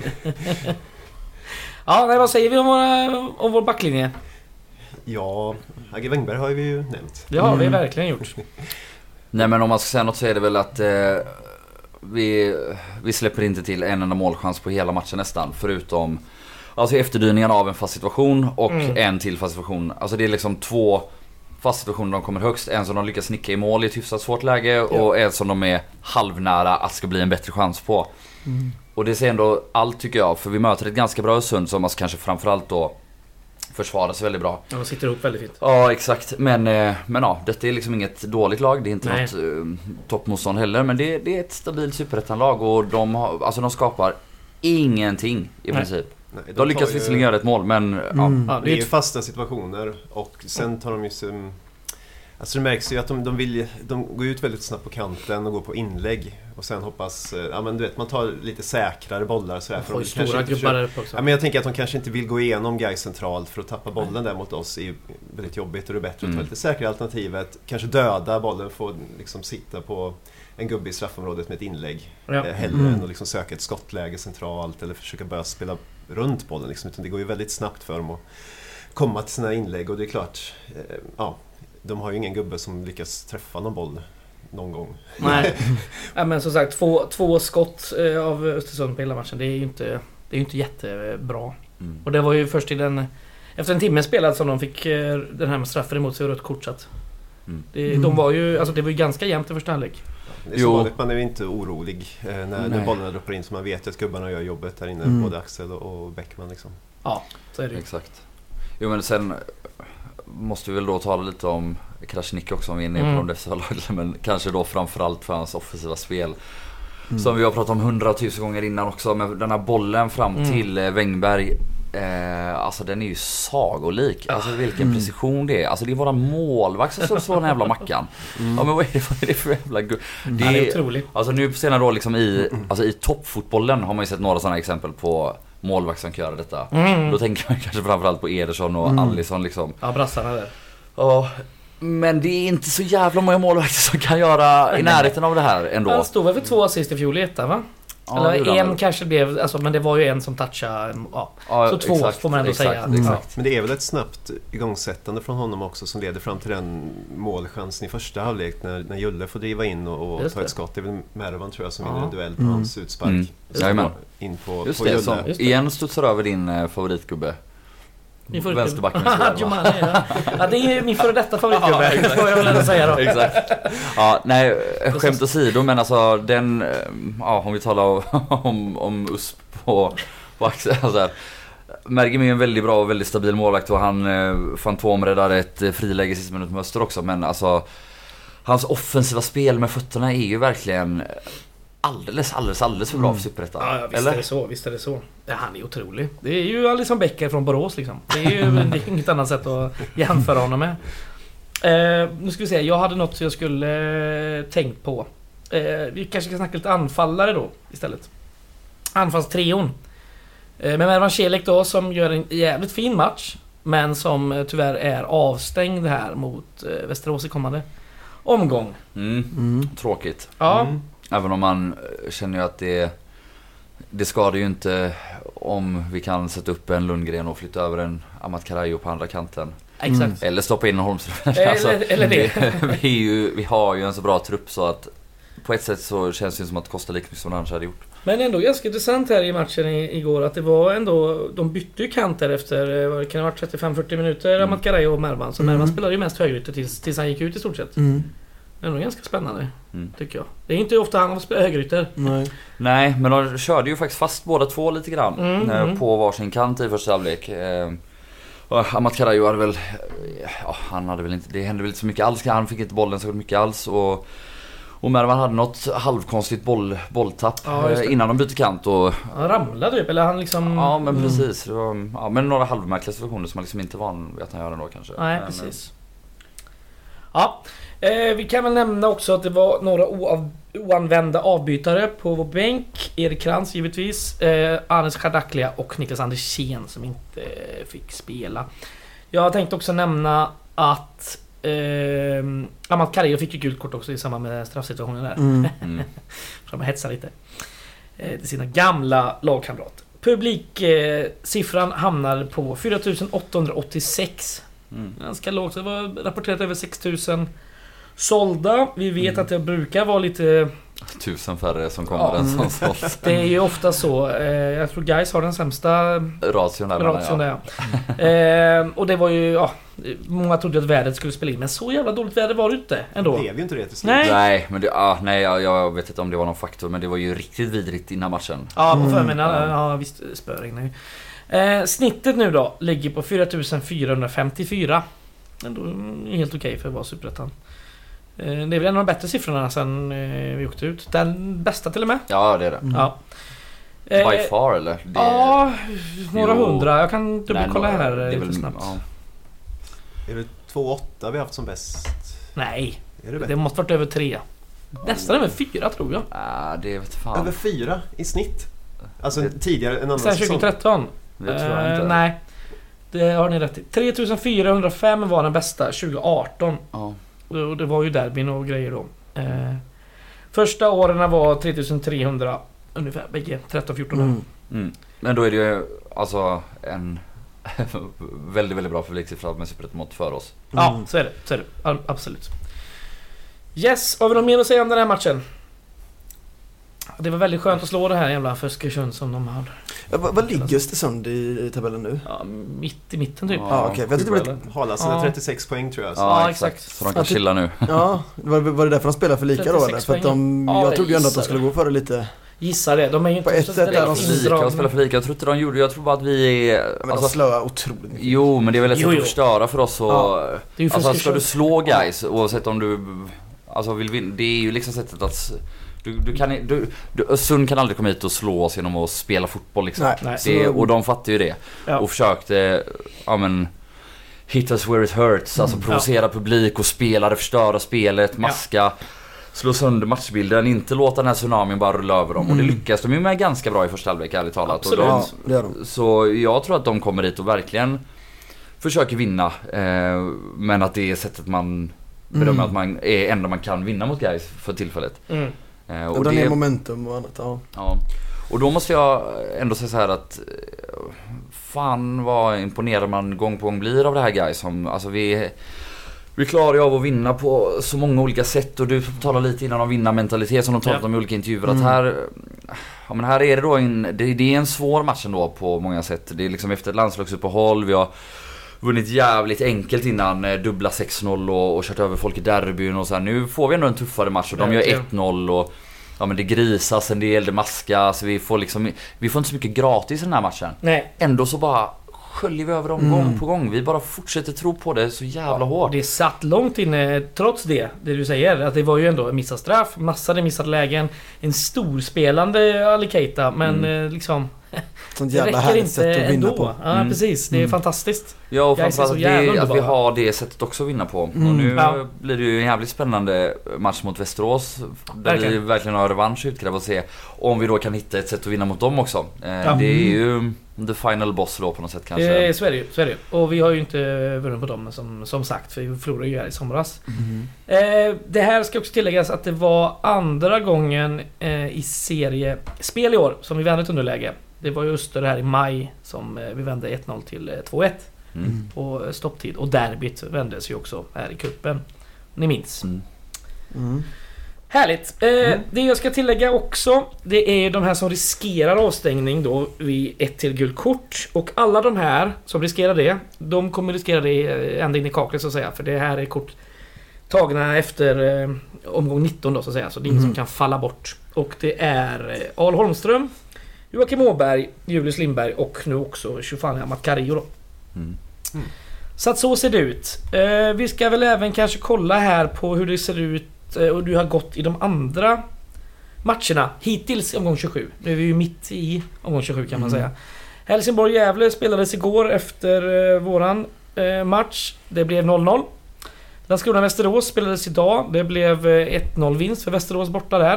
Ja, nej, vad säger vi om vår, om vår backlinje? Ja, Agge Wengberg har vi ju nämnt. Det har mm. vi verkligen gjort. Nej, men om man ska säga något så är det väl att eh, vi, vi släpper inte till en enda målchans på hela matchen nästan. Förutom alltså efterdyningen av en fast situation och mm. en till fast situation. Alltså det är liksom två fast situation de kommer högst. En som de lyckas snicka i mål i ett hyfsat svårt läge. Ja. Och en som de är halvnära att ska bli en bättre chans på. Mm. Och det ser ändå allt tycker jag. För vi möter ett ganska bra Östersund som alltså kanske framförallt då försvarar sig väldigt bra. Ja, de sitter upp väldigt fint. Ja, exakt. Men, men ja, detta är liksom inget dåligt lag. Det är inte Nej. något uh, toppmotstånd heller. Men det, det är ett stabilt superettanlag. Och de, har, alltså de skapar ingenting i Nej. princip. Nej, de, de lyckas visserligen ju... göra ett mål, men mm. ja. Det är ju fasta situationer. Och sen tar de ju som... Alltså det märks ju att de, de, vill, de går ut väldigt snabbt på kanten och går på inlägg. Och sen hoppas, ja men du vet, man tar lite säkrare bollar så här, för de stora gubbar där också. Ja, men jag tänker att de kanske inte vill gå igenom Gais centralt för att tappa bollen Nej. där mot oss är väldigt jobbigt. Och det är bättre mm. att ta lite säkrare alternativet. Kanske döda bollen, få liksom sitta på en gubbe i straffområdet med ett inlägg. Ja. Eh, hellre mm. än att liksom söka ett skottläge centralt eller försöka börja spela runt bollen. Liksom. Utan det går ju väldigt snabbt för dem att komma till sina inlägg. Och det är klart, eh, ja, de har ju ingen gubbe som lyckas träffa någon boll någon gång. Nej, ja, men som sagt, två, två skott eh, av Östersund på hela matchen. Det är ju inte, det är ju inte jättebra. Mm. Och det var ju först i den, efter en timme spelad som de fick eh, den här med straffen emot sig och rött kort. Mm. Det, mm. de var ju, alltså det var ju ganska jämnt i första halvlek. Det är så vanligt, man är ju inte orolig eh, när, när bollarna droppar in, så man vet att gubbarna gör jobbet där inne, mm. både Axel och, och Bäckman liksom. Ja, så är det ju. Exakt. Jo, men sen måste vi väl då tala lite om Krasniqi också, om vi är inne mm. på de defensiva lagen, men kanske då framförallt för hans offensiva spel. Mm. Som vi har pratat om hundratusen gånger innan också, med den här bollen fram mm. till eh, Wängberg. Eh, alltså den är ju sagolik. Alltså vilken mm. precision det är. Alltså det är våra målvakt som slår den jävla mackan. Mm. Ja, men vad är det, vad är det för jävla gu- mm. det, är, det är otroligt. Alltså nu på senare år liksom i, alltså i toppfotbollen har man ju sett några sådana exempel på målvakt som kan göra detta. Mm. Då tänker man kanske framförallt på Ederson och mm. Alisson liksom. Ja, brassarna där. Ja, men det är inte så jävla många målvakter som kan göra i närheten av det här ändå. Han stod väl för två assist i fjol i ettan, va? Ja, eller en kanske blev, alltså, men det var ju en som touchade, ja. Ja, så två exakt, får man ändå exakt, säga. Exakt. Ja. Men det är väl ett snabbt igångsättande från honom också som leder fram till den målchansen i första halvlek när, när Julle får driva in och, och ta ett skott. Det är väl Mervan tror jag som vinner ja. en duell på mm. hans utspark. Mm. Jajamän. In på, just på det, Julle. som igen studsar över din eh, favoritgubbe. Vänsterbacken. ja. ja, det är min före detta favoritgubbe. Ja, får jag väl säga då. Exakt. Ja, nej, skämt åsido, men alltså den, ja, om vi talar om om U S P på på Axel, alltså Mergim är en väldigt bra och väldigt stabil målvakt och han eh, fantomräddar ett eh, friläge i sista minut med Öster också, men alltså hans offensiva spel med fötterna är ju verkligen alldeles, alldeles, alldeles för bra mm. för Superettan. Ja, ja, visst Eller? är det så, visst är det så. Ja, han är otrolig. Det är ju Alisson Becker från Borås liksom. Det är ju det är inget annat sätt att jämföra honom med. Eh, nu ska vi se, jag hade något jag skulle eh, tänkt på. Eh, vi kanske kan snacka lite anfallare då istället. Anfallstrion. Eh, med Mervan Celik då som gör en jävligt fin match, men som eh, tyvärr är avstängd här mot eh, Västerås i kommande omgång. Mm. Mm. Tråkigt. Ja. Mm. Även om man känner ju att det det skadar ju inte om vi kan sätta upp en Lundgren och flytta över en Amat Karajo på andra kanten. Exakt. Mm. Eller stoppa in en Holmström. Eller, alltså, eller det. Vi, vi, är ju, vi har ju en så bra trupp så att på ett sätt så känns det som att Costa lika mycket som annars hade gjort. Men ändå ganska intressant här i matchen i, igår att det var ändå, de bytte ju kanter efter, vad det kan ha varit trettiofem fyrtio minuter, mm. Amat Karajo och Mervan. Så Mervan mm. spelade ju mest högerytter tills, tills han gick ut i stort sett. Mm. Det är nog ganska spännande, mm. tycker jag. Det är inte ofta han spelar högerytter. Nej. Nej, men de körde ju faktiskt fast båda två lite grann mm, eh, mm. på varsin kant i första halvlek. Eh, och Amat Karajo hade väl, ja, han hade väl inte, det hände väl inte så mycket alls. Han fick inte bollen så mycket alls och och Mervan hade något halvkonstigt boll, bolltapp ja, eh, innan de bytte kant och han ramlade typ, eller han liksom. Ja, men mm. precis. Det var, ja, men några halvmärkliga situationer som man liksom inte van vid att han gör ändå kanske. Nej, men, precis. Ja. Eh, vi kan väl nämna också att det var några oav, oanvända avbytare på vår bänk. Erik Krantz givetvis, eh, Anes Khadaklia och Niklas Andersén som inte eh, fick spela. Jag tänkte också nämna att eh, Amat Karajo fick ju gult kort också i samband med straffsituationen där. Mm. Mm. För att hetsa lite eh, till sina gamla lagkamrater. Publiksiffran eh, hamnar på fyra tusen åttahundraåttiosex. Mm. Ganska lågt, det var rapporterat över sex tusen sålda. Vi vet mm. att det brukar vara lite Tusen färre som kommer Ja. än som sålt. Det är ju ofta så. Eh, jag tror Gais har den sämsta Ration där. ration ja. där. Eh, och det var ju, ja, många trodde att vädret skulle spela in. Men så jävla dåligt väder var det inte ändå. Det blev ju inte det till slut. Nej. Nej, men det, ah, nej jag, jag vet inte om det var någon faktor, men det var ju riktigt vidrigt innan matchen. Ja, på Mm. förmiddagen. Ja, visst, spöregnar ju. Eh, snittet nu då ligger på fyra tusen fyrahundrafemtiofyra. Ändå helt okej för att vara Superettan. Eh, det är väl en av de bättre siffrorna sen eh, vi åkte ut. Den bästa till och med. Ja, det är det. Mm. Ja. By Eh, far eller? Det, Ja, några Jo. hundra. Jag kan dubbelkolla nej, här det är lite väl, snabbt. ja. Är det två åtta vi har haft som bäst? Nej, Är det det bättre? måste varit över tre. Nästan över fyra tror jag. Ah, det vet fan. Över fyra i snitt? Alltså Det- tidigare en annan Sen säsong. tjugohundratretton. Det tror jag Eh, inte. nej, det har ni rätt i. tre tusen fyrahundrafem var den bästa tjugoarton. Ja. Och det var ju derbyn och grejer då. Eh, första åren var tre tusen trehundra ungefär, bägge tretton fjorton. Mm. Mm. Men då är det ju alltså en väldigt, väldigt bra publiksiffra med superettamått för oss. Ja, Mm. så är det. Så är det. Ja, absolut. Yes, har vi något mer att säga om den här matchen? Det var väldigt skönt att slå det här jävla Östersund som de har. Ja, vad, vad ligger Östersund i, i tabellen nu? Ja, mitt i mitten typ. Ja, okej. Jag tyckte det var Har alltså Ja. trettiosex poäng tror jag. Så. Ja, Ja, exakt. exakt. Så de kan Att det- chilla nu. Ja, var, var det därför de spelar för lika då eller? trettiosex För att de, poäng. Ja, jag trodde ju ändå att de gissar skulle det. gå före lite. Gissar det. De är ju inte På ett så sätt är direkt de Fika och indragna. spela för lika. Jag tror inte de gjorde. Jag tror bara att vi är... Men Alltså, de slöar otroligt mycket. jo, men det är väl ett Jo, sätt jo. att förstöra för oss. Och, Ja, Det är ju alltså fusk- ska du slå guys oavsett om du alltså vill vinna. Det är ju liksom sättet att... Du, du kan, du, du, Östersund kan aldrig komma hit och slå oss genom att spela fotboll liksom. Nej, Nej. Det, så- och de fattar ju det. Ja. Och försökte, ja men, hit us where it hurts. Alltså Mm. provocera publik och spelare, förstöra spelet, maska, slå sönder matchbilden, inte låta den här tsunamin bara rulla över dem. Och det Mm. lyckas de ju med ganska bra i första halvlek, ärligt talat. Och Absolut. de, Ja, det gör de. så jag tror att de kommer hit och verkligen försöker vinna. Eh, men att det är sättet man bedömer Mm. att man är enda man kan vinna mot guys för tillfället. Mm. Eh, Och och den det, är momentum och annat, ja. ja. Och då måste jag ändå säga så här att eh, fan vad imponerad man gång på gång blir av det här guys. Som, alltså vi, vi klarar ju av att vinna på så många olika sätt. Och du talade lite innan om vinnarmentalitet som de talat Ja. om i olika intervjuer. Mm. Att här, ja, men här är det då en, det, det är en svår match ändå på många sätt. Det är liksom efter ett landslagsuppehåll. Vi har vunnit jävligt enkelt innan, eh, dubbla sex noll och, och kört över folk i derbyn och så här. Nu får vi ändå en tuffare match och de gör Verkligen. ett noll och ja men det grisas en del, det maskas, vi får liksom, vi får inte så mycket gratis i den här matchen. Nej. Ändå så bara sköljer vi över dem Mm. gång på gång. Vi bara fortsätter tro på det så jävla hårt. Det satt långt inne trots det, det du säger. Att det var ju ändå en missad straff, massade missade lägen. En storspelande Alicata, men Mm. eh, liksom... Sånt Det jävla räcker härligt inte sätt att vinna ändå. på. Ja, Mm. precis. Det är Mm. fantastiskt. Ja, och Jag är så framförallt att, jävla det, att vi underbara. har det sättet också att vinna på. Mm. Och nu Ja. blir det ju en jävligt spännande match mot Västerås. Där Verkligen. vi verkligen har revansch utkräva och se om vi då kan hitta ett sätt att vinna mot dem också. Eh, Ja. Det är ju the final boss då på något sätt kanske. Eh, så är det ju. Så är det ju. Och vi har ju inte vunnit på dem som, som sagt, för vi förlorade ju här i somras. Mm. Eh, det här ska också tilläggas att det var andra gången eh, i seriespel i år som vi vände ett underläge. Det var ju Öster här i maj som eh, vi vände ett noll till eh, två ett Mm. på eh, stopptid. Och derbyt vändes ju också här i kuppen. Ni minns. Mm. Mm. Härligt! Eh, Mm. Det jag ska tillägga också, det är de här som riskerar avstängning då vid ett till gult kort. Och alla de här som riskerar det, de kommer riskera det eh, ända in i kaklet så att säga. För det här är kort tagna efter eh, omgång nitton då så att säga. Så det är ingen Mm. som kan falla bort. Och det är eh, Al Holmström, Joakim Åberg, Julius Lindberg och nu också Shufani Amat Carillo då. Mm. Så att så ser det ut. Eh, vi ska väl även kanske kolla här på hur det ser ut eh, och du har gått i de andra matcherna hittills i omgång tjugosju. Nu är vi ju mitt i omgång tjugosju kan man Mm. säga. Helsingborg-Gävle spelades igår efter eh, våran eh, match. Det blev noll noll. Landskrona-Västerås spelades idag. Det blev eh, ett noll vinst för Västerås borta där.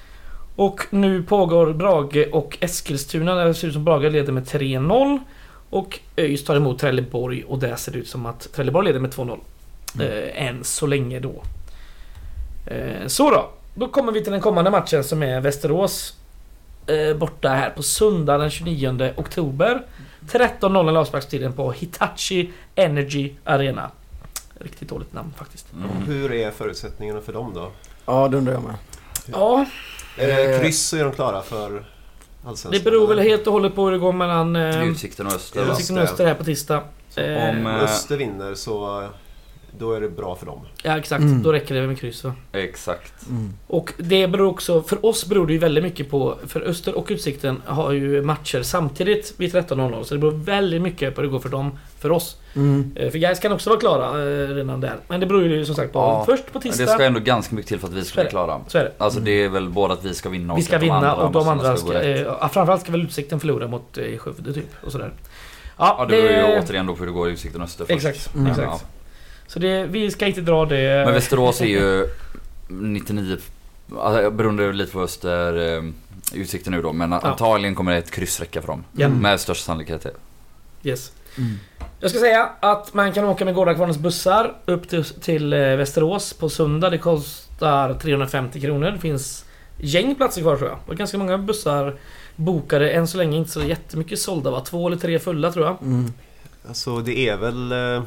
Och nu pågår Brage och Eskilstuna. Där det ser ut som Brage leder med tre noll. Och ÖIS tar emot Trelleborg och där ser det ut som att Trelleborg leder med två noll. Mm. Eh, än så länge då. Eh, så då. Då kommer vi till den kommande matchen som är Västerås eh, borta här på söndag den tjugonionde oktober. tretton noll avsparkstiden på Hitachi Energy Arena. Riktigt dåligt namn faktiskt. Mm. Hur är förutsättningarna för dem då? Ja, det undrar jag med. Ja, Eh, kryss så är de klara för allsvenskan. Det beror väl helt och hållet på hur det går mellan eh, Utsikten och Öster. Utsikten och Öster här på tisdag. Eh, om eh, Öster vinner så då är det bra för dem. Ja exakt, Mm. då räcker det med kryss va? Exakt. Mm. Och det beror också, för oss beror det ju väldigt mycket på, för Öster och Utsikten har ju matcher samtidigt vid tretton noll noll, så det beror väldigt mycket på hur det går för dem, för oss. Mm. För guys kan också vara klara eh, redan där. Men det beror ju som sagt på Ja, först på tisdag. Det ska ändå ganska mycket till för att vi ska Så är bli det. klara. Så är det. Alltså det är väl både att vi ska vinna och Vi ska att de vinna andra och de andra ska, ska, gå rätt. eh, framförallt ska väl Utsikten förlora mot eh, Skövde typ och sådär. Ja, det beror ju återigen då på hur det går i Utsikten och Öster först. Exakt, Mm. exakt. Ja. Så det, vi ska inte dra det. Men Västerås är ju nittionio, alltså, beroende lite på Öster eh, Utsikten nu då, men Ja. antagligen kommer det ett kryss räcka för dem. Ja. Med största sannolikhet. Yes. Mm. Jag ska säga att man kan åka med Gårdakvarnens bussar upp till, till eh, Västerås på söndag. Det kostar trehundrafemtio kronor. Det finns gäng platser kvar tror jag. Och ganska många bussar bokade. Än så länge inte så jättemycket sålda va? Två eller tre fulla tror jag. Mm. Alltså det är väl eh,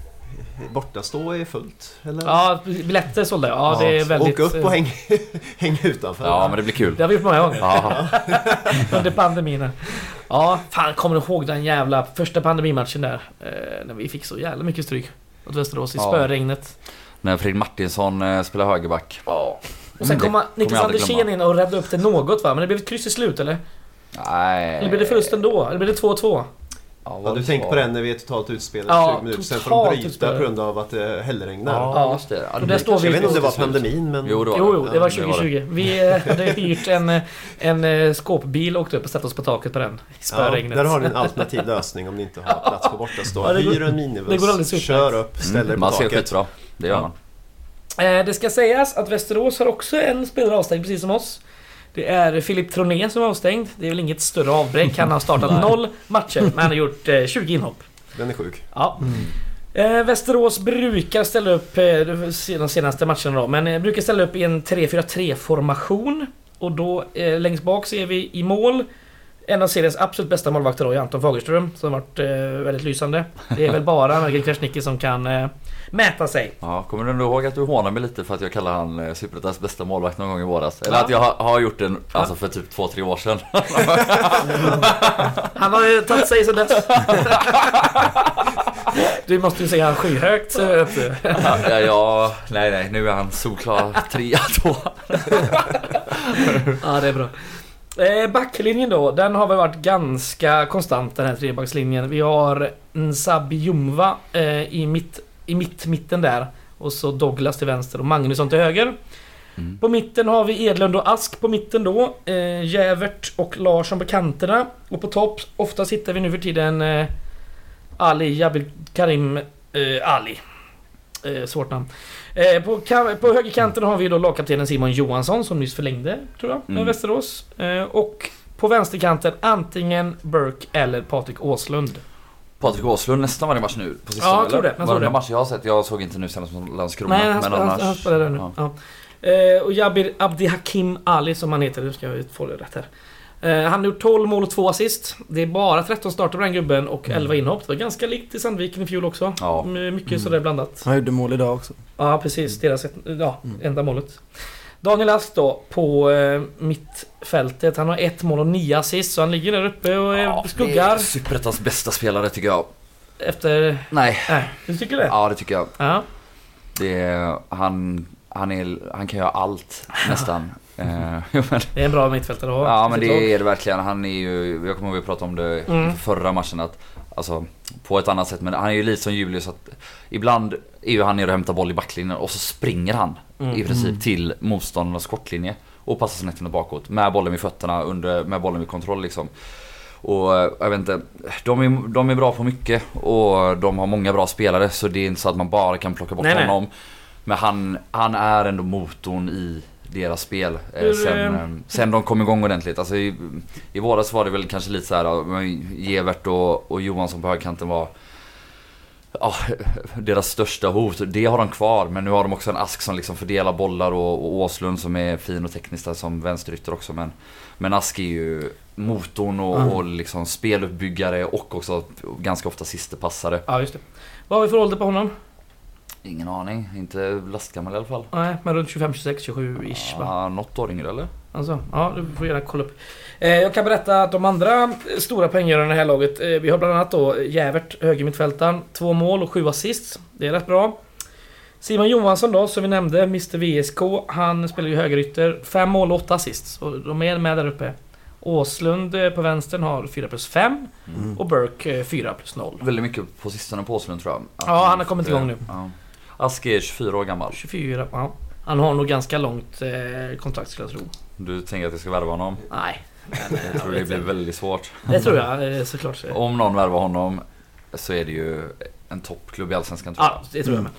bortastå är fullt eller? Ja, biljetter sålda. Ja, det är väldigt... Åka upp och häng, häng utanför. Ja, men det blir kul. Det har vi gjort många gånger. Ja. Under pandemin här. Ja, fan kommer du ihåg den jävla första pandemimatchen där? Eh, när vi fick så jävla mycket stryk åt Västerås i Ja. spöregnet. När Fredrik Martinsson eh, spelar högerback. Ja. Och sen Mm, kom det Niklas kommer jag aldrig Andersén glömma. in och räddade upp det något va? Men det blev ett kryss i slut eller? Nej. Eller blev det förlust ändå? Eller blev det två två? Ja, Ja, du tänker på den när vi är totalt utspelade Ja, tjugo minuter. Sen får totalt de bryta utspelade. på grund av att det hällregnar. Ja, just det. Ja, Och det där blir står kanske vi- Jag vet inte om det var till slut. pandemin men... Jo, det var Jo, jo, det var Ja, det var tjugo tjugo. Vi eh, hade hyrt en, en eh, skåpbil och åkte upp och satte oss på taket på den. I Ja, spöregnet. där har ni en alternativ lösning om ni inte har plats på bortastå. Ja, det går- Hyr en det går minibuss, alldeles utmärkt. kör upp, ställer Mm, på man ser taket. skitbra. Det gör Ja. man. Eh, det ska sägas att Västerås har också en spelare avstängd precis som oss. Det är Filip Troné som är avstängd. Det är väl inget större avbräck. Han har startat noll matcher men han har gjort eh, tjugo inhopp. Den är sjuk. Ja. Mm. Eh, Västerås brukar ställa upp eh, de senaste matcherna då, men eh, brukar ställa upp i en tre fyra tre formation. Och då eh, längst bak ser vi i mål en av seriens absolut bästa målvakter då, Anton Fagerström, som har varit eh, väldigt lysande. Det är väl bara Melker Krasniqi som kan eh, mäta sig. Ja, kommer du ändå ihåg att du hånar mig lite för att jag kallar han eh, Superettans bästa målvakt någon gång i våras? Eller Ja. att jag har, har gjort den alltså för typ två, tre år sedan. Han har ju tagit sig sedan dess. Du måste ju säga skyhögt. Så vet du. ja, ja, nej, nej, nu är han solklar trea, två. Ja, det är bra. Eh, backlinjen då, den har väl varit ganska konstant den här trebackslinjen. Vi har Nsabi Jumva eh, i, mitt, i mitt mitten där. Och så Douglas till vänster och Magnusson till höger. Mm. På mitten har vi Edlund och Ask på mitten då. Eh, Jävert och Larsson på kanterna. Och på topp, ofta hittar vi nu för tiden eh, Ali Jabil Karim eh, Ali. Eh, svårt namn. Eh, på, kam- på högerkanten har vi då lagkaptenen Simon Johansson som nyss förlängde, tror jag, med Mm. Västerås. Eh, och på vänsterkanten antingen Burke eller Patrik Åslund. Patrik Åslund nästan varje match nu på sistone, Ja, jag tror eller? det, jag tror Varenda det. match jag har sett, jag såg inte nu senast som Landskrona. Nej, han, men sp- han, annars, han spelar där nu. ja. Ja. Eh, och Jabir Abdi Hakim Ali som han heter, nu ska jag få det rätt här. Eh, han har gjort tolv mål och två assist. Det är bara tretton starter på den gubben och elva inhopp. Det var ganska likt i Sandviken i fjol också. Ja. M- Mycket Mm. sådär blandat. Han gjorde mål idag också. Ja, precis. Deras ett, ja, Mm. enda målet. Daniel Ask då på eh, mittfältet. Han har ett mål och nio assist. Så han ligger där uppe och eh, Ja, det skuggar är Superettans bästa spelare tycker jag. efter... Nej, Nej, du tycker det? ja det tycker jag. Ja. Det är, han, han, är, han kan göra allt nästan. Eh, jo, men, Det är en bra mittfältare att ha. ja men i sitt lag. det är det verkligen. Han är ju, jag kommer ihåg att vi pratade om det Mm. förra matchen att, alltså, på ett annat sätt, men han är ju lite som Julius att ibland är ju han nere och hämtar boll i backlinjen och så springer han Mm. i princip Mm. till motståndarnas kortlinje och passar snett och bakåt med bollen vid fötterna, under, med bollen vid kontroll liksom. Och jag vet inte, de är, de är bra på mycket och de har många bra spelare, så det är inte så att man bara kan plocka bort Nej, nej. honom. Men han, han är ändå motorn i deras spel eh, Hur, sen, eh, eh, sen de kom igång ordentligt. Alltså i, i våras var det väl kanske lite så här, ja, men Gevert och, och Johansson på högkanten var ja, deras största hot. Det har de kvar, men nu har de också en Ask som liksom fördelar bollar och, och Åslund som är fin och teknisk där som vänsterytter också, men, men Ask är ju motorn och, Mm. och liksom speluppbyggare och också ganska ofta sistepassare. Ja, just det. Vad har vi för ålder på honom? Ingen aning, inte lastgammal i alla fall. Nej, men runt tjugofem, tjugosex, tjugosju ish va? Ja, något år yngre eller? Alltså, ja, du får gärna kolla upp. Eh, jag kan berätta att de andra stora poänggörarna i det här laget, eh, vi har bland annat då Jävert, högermittfältaren, två mål och sju assist. Det är rätt bra. Simon Johansson då, som vi nämnde, mister V S K, han spelar ju högerytter, fem mål och åtta assist. Så de är med där uppe. Åslund på vänstern har fyra plus fem mm. och Burke fyra plus noll. Väldigt mycket på sistone på Åslund tror jag. Att ja, han har kommit igång nu. Ja. Aske är tjugofyra år gammal. tjugofyra, ja. Han har nog ganska långt eh, kontrakt skulle jag tro. Du tänker att jag ska värva honom? Nej. Men, jag tror det blir väldigt svårt. Det tror jag, såklart. Om någon värvar honom så är det ju en toppklubb i Allsvenskan tror jag. Ja, det tror jag med.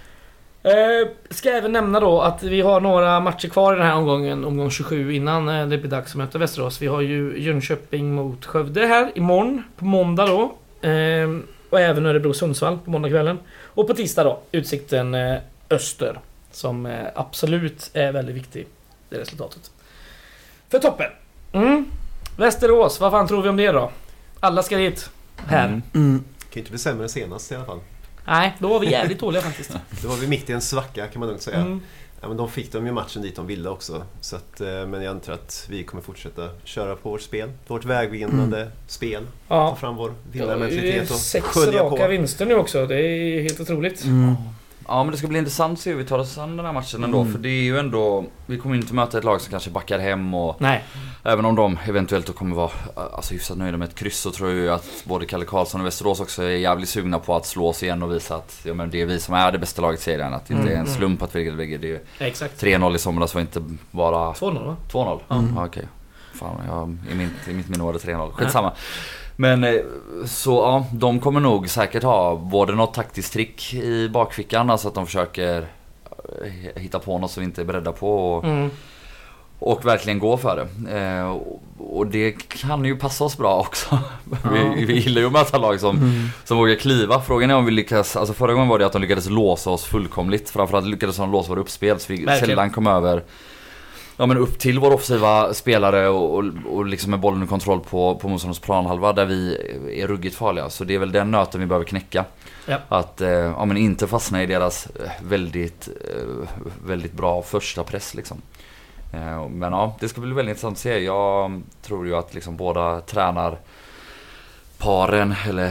Eh, ska jag även nämna då att vi har några matcher kvar i den här omgången, omgång tjugosju, innan eh, det blir dags att möta Västerås. Vi har ju Jönköping mot Skövde här imorgon, på måndag då. Eh, och även Örebro-Sundsvall på måndagskvällen. Och på tisdag då, Utsikten eh, Öster, som eh, absolut är väldigt viktig, det resultatet. För toppen. Mm. Västerås, vad fan tror vi om det då? Alla ska dit. Här. Mm. Mm. Kan inte bli sämre än senast i alla fall. Nej, då var vi jävligt dåliga faktiskt. Då var vi mitt i en svacka kan man lugnt säga. Mm. Ja, men de fick de ju matchen dit de ville också. Så att, men jag antar att vi kommer fortsätta köra på vårt spel. Vårt vägvinnande mm. spel. Ja. Ta fram vår vinnarmentalitet och sex skölja raka på. vinster nu också. Det är helt otroligt. Mm. Ja, men det ska bli intressant att se hur vi tar oss an den här matchen ändå. Mm. För det är ju ändå, vi kommer inte möta ett lag som kanske backar hem. Och nej. Även om de eventuellt kommer vara alltså, hyfsat nöjda med ett kryss, så tror jag ju att både Kalle Karlsson och Västerås också är jävligt sugna på att slå oss igen och visa att ja, men det är vi som är det bästa laget i serien. Att det inte mm. är en slump att vi ligger. Det är exakt. tre noll i somras var inte bara... två noll va? två noll? Mm. Ja, okej. Fan, jag, i, min, i mitt minne var det tre noll. Skitsamma. Men så ja, de kommer nog säkert ha både något taktiskt trick i bakfickan, alltså att de försöker hitta på något som vi inte är beredda på och, mm. och verkligen gå för det. Eh, och, och det kan ju passa oss bra också. Ja. vi, vi gillar ju att möta lag som, mm. som vågar kliva. Frågan är om vi lyckas, alltså förra gången var det att de lyckades låsa oss fullkomligt. Framförallt lyckades de låsa våra uppspel så vi verkligen sällan kom över ja, men upp till våra offensiva spelare och, och, och liksom med bollen i kontroll på, på motståndarens planhalva där vi är ruggigt farliga. Så det är väl den nöten vi behöver knäcka. Ja. Att eh, ja, men inte fastna i deras väldigt, eh, väldigt bra första press liksom. Eh, men ja, det ska bli väldigt intressant att se. Jag tror ju att liksom båda tränar paren eller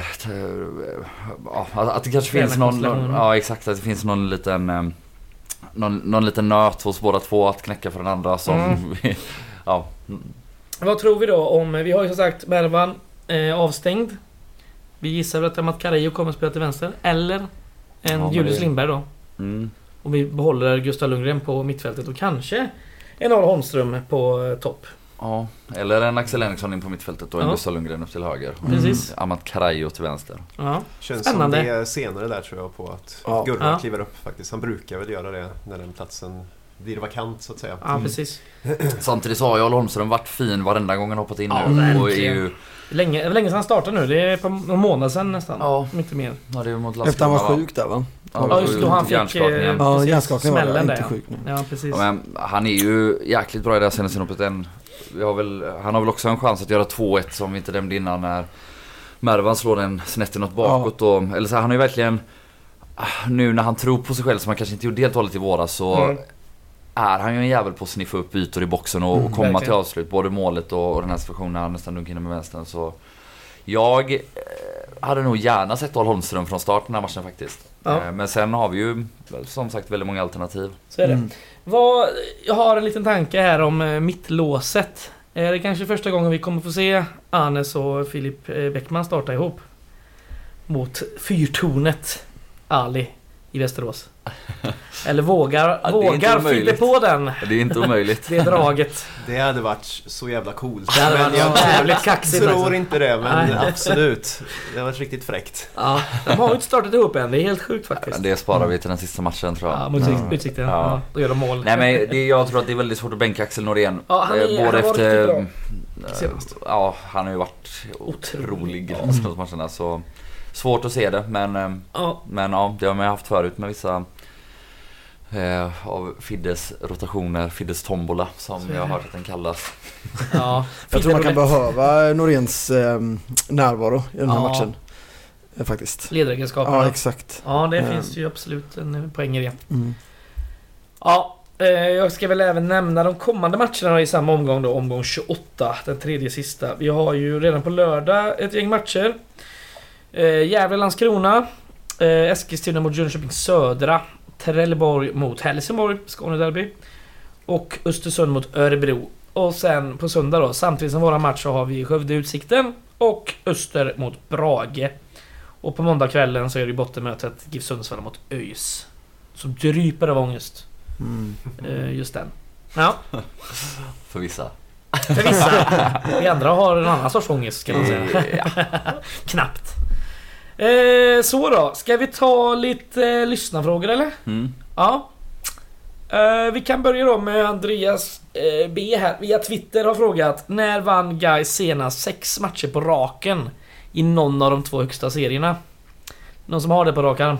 ja, att det kanske finns någon, någon ja exakt, att det finns någon liten eh, Någon, någon liten nöt hos båda två att knäcka för den andra som mm. vi, ja. Vad tror vi då om, vi har ju som sagt Mervan eh, avstängd. Vi gissar väl att Amat Karajo kommer att spela till vänster. Eller en ja, Julius det... Lindberg då. Mm. Och vi behåller Gustav Lundgren på mittfältet och kanske en Arl Holmström på eh, topp. Ja, eller en Axel Henriksson in på mittfältet och en ja. Gustav Lundgren upp till höger. Precis. Mm. Amat Karajo till vänster. Ja. Känns Spännande. Som det är senare där tror jag på att ja. Gurra ja. kliver upp faktiskt. Han brukar väl göra det när den platsen blir vakant så att säga. Ja, precis. Samtidigt så har ju Arl Holmström varit fin varenda gång han hoppat in ja, nu. Och är ju... Länge, det är länge sedan han startade nu. Det är på någon månad sedan nästan. Ja. Inte mer. Ja, det är mot efter han var sjuk där va? Ja, ja just då han fick hjärnskakningen. Ja, hjärnskakningen var det, inte sjuk nu. Ja, precis. Ja, men han är ju jäkligt bra i det här senaste loppet än. Vi har väl, han har väl också en chans att göra två ett som vi inte nämnde innan när Mervan slår den snett i något bakåt. Ja. Och, eller så här, han är ju verkligen, nu när han tror på sig själv som han kanske inte gjorde helt hållet i våras så mm. är han ju en jävel på att sniffa upp ytor i boxen och, mm, och komma verkligen till avslut. Både målet och, och den här situationen när han nästan dunkar in med vänstern. Så jag eh, hade nog gärna sett Arl Holmström från starten den här matchen faktiskt. Ja. Eh, men sen har vi ju som sagt väldigt många alternativ. Så är det. Mm. Vad, jag har en liten tanke här om eh, mittlåset. Är det kanske första gången vi kommer få se Arnes och Filip eh, Bäckman starta ihop mot fyrtornet Ali i Västerås? Eller vågar, ja, vågar fylla på den. Det är inte omöjligt. Det är draget. Det hade varit så jävla coolt. Det hade varit jag jävligt kaxigt. Jag tror alltså. inte det, men nej. Absolut. Det har varit riktigt fräckt. Ja, de har ju inte startat ihop än. Det är helt sjukt faktiskt. Ja, det sparar vi till den sista matchen tror jag. Ja, mot ja. Utsikten. Ja. Ja, då gör de mål. Nej, men det, jag tror att det är väldigt svårt att bänka Axel Norén. Ja, han är, både han efter bra. Ja, han har ju varit otrolig i de matcherna så svårt att se det, men ja. men ja, det har man haft förut med vissa Eh, av Fiddes rotationer, Fiddes tombola som jag har hört att den kallas. Ja, jag tror man kan behöva Noréns eh, närvaro i den här ja. matchen eh, faktiskt. Ledaregenskapen. Ja, exakt. Ja, det eh. finns ju absolut en poäng i det. Mm. Ja, Eh, jag ska väl även nämna de kommande matcherna i samma omgång då, omgång tjugoåtta, den tredje sista. Vi har ju redan på lördag ett gäng matcher. Eh, Gävle-Landskrona, eh, Eskilstuna mot Jönköping Södra, Trelleborg mot Helsingborg, Skånederby, och Östersund mot Örebro. Och sen på söndag då, samtidigt som våra match, så har vi Skövde Utsikten och Öster mot Brage. Och på måndagskvällen så är det bottenmötet GIF Sundsvall mot ÖIS, som dryper av ångest. Mm. Uh, just den. Ja. För vissa. För vissa. Vi andra har en annan sorts ångest, kan man säga. Ja. Knappt. Uh, så då, ska vi ta lite uh, lyssnarfrågor eller? Mm. Ja. Uh, vi kan börja då med Andreas uh, B här via Twitter har frågat: när vann Gais senast sex matcher på raken i någon av de två högsta serierna? Någon som har det på rak arm?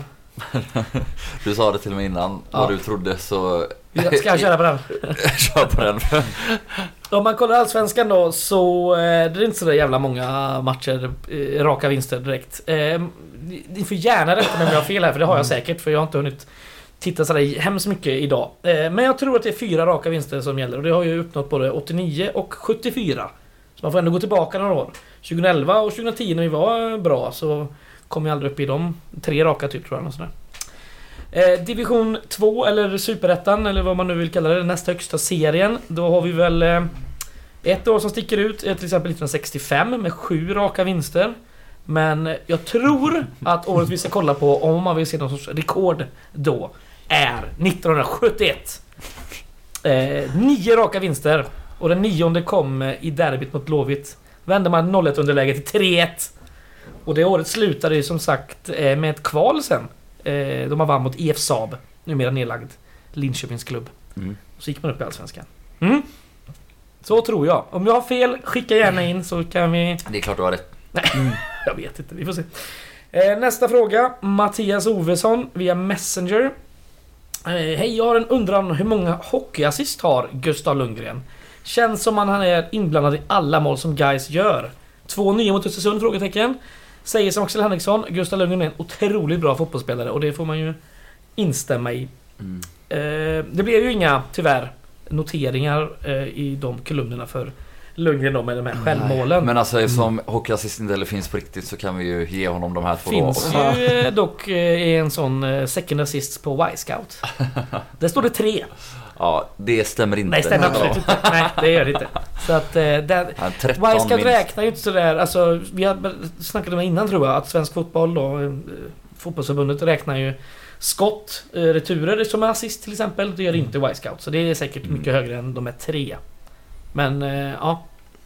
Du sa det till mig innan, ja. Vad du trodde, så... Ska jag köra på den? Kör på den. Om man kollar Allsvenskan då, så eh, det är inte så där jävla många matcher, eh, raka vinster direkt. Eh, ni får gärna rätta mig om jag har fel här, för det har jag säkert, för jag har inte hunnit titta så där hemskt mycket idag. Eh, men jag tror att det är fyra raka vinster som gäller, och det har ju uppnått både åttionio och sjuttiofyra. Så man får ändå gå tillbaka några år. tjugoelva och tjugohundratio när vi var bra, så kom jag aldrig upp i dem. Tre raka typ, tror jag. Sådär. Eh, division två, eller Superettan, eller vad man nu vill kalla det, nästa högsta serien. Då har vi väl eh, ett år som sticker ut, är till exempel nittonhundrasextiofem med sju raka vinster. Men jag tror att året vi ska kolla på, om man vill se någon sorts rekord då, är nittonhundrasjuttioett. Eh, nio raka vinster. Och den nionde kom i derbyt mot Blåvitt. Vände man noll ett underläge till tre ett. Och det året slutade ju som sagt med ett kval sen. De har vann mot I F Saab, numera nedlagd Linköpings klubb. Mm. Så gick man upp i Allsvenskan. Mm. Så tror jag. Om jag har fel, skicka gärna in så kan vi... Det är klart du har rätt. Nej, jag vet inte, vi får se. Nästa fråga, Mattias Ovesson via Messenger. Hej, jag har en undran hur många hockeyassist har Gustav Lundgren? Känns som att han är inblandad i alla mål som Gais gör. Två nya mot Östersund, frågetecken. Säger som Axel Henriksson, Gustav Lundgren är en otroligt bra fotbollsspelare, och det får man ju instämma i. Mm. Eh, det blev ju inga, tyvärr, noteringar eh, i de kolumnerna för Lundgren då, med de här självmålen. Men alltså, eftersom mm. hockeyassist inte finns på riktigt, så kan vi ju ge honom de här två. Finns då. Ju eh, dock eh, en sån eh, second assist på Y-Scout. Där står det tre. Ja, det stämmer inte. Nej, stämmer absolut inte. Nej, det gör det inte. Så att eh, där, ja, Y-Scout räknar ju inte sådär. Alltså, vi har snackat om innan, tror jag, att svensk fotboll då, eh, fotbollsförbundet räknar ju skott, eh, returer som är assist till exempel. Det gör mm. inte Y-Scout. Så det är säkert mm. mycket högre än de är tre. Men eh, ja.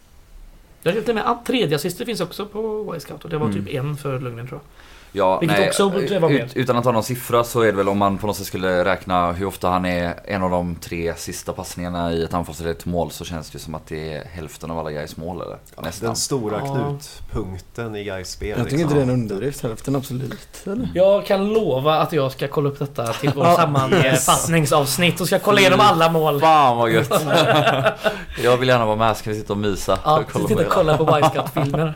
Jag vet inte, med tredje assister finns också på Y-Scout, och det var mm. typ en för Lundgren, tror jag. Ja, vilket nej, också var med. Ut, utan att ta någon siffra, så är det väl, om man på något sätt skulle räkna hur ofta han är en av de tre sista passningarna i ett anfallsläge till mål, så känns det som att det är hälften av alla Gais mål, eller? Ja, nästan. Den stora knutpunkten i Gais spel. Jag tycker liksom. inte det är en underdrift, hälften absolut. Eller? Jag kan lova att jag ska kolla upp detta till vår sammanfattningsavsnitt och ska kolla igenom alla mål. Fan vad gött. Jag vill gärna vara med, ska vi sitta och mysa. Ja, och kolla, sitta och kolla på Y-Scout-filmer.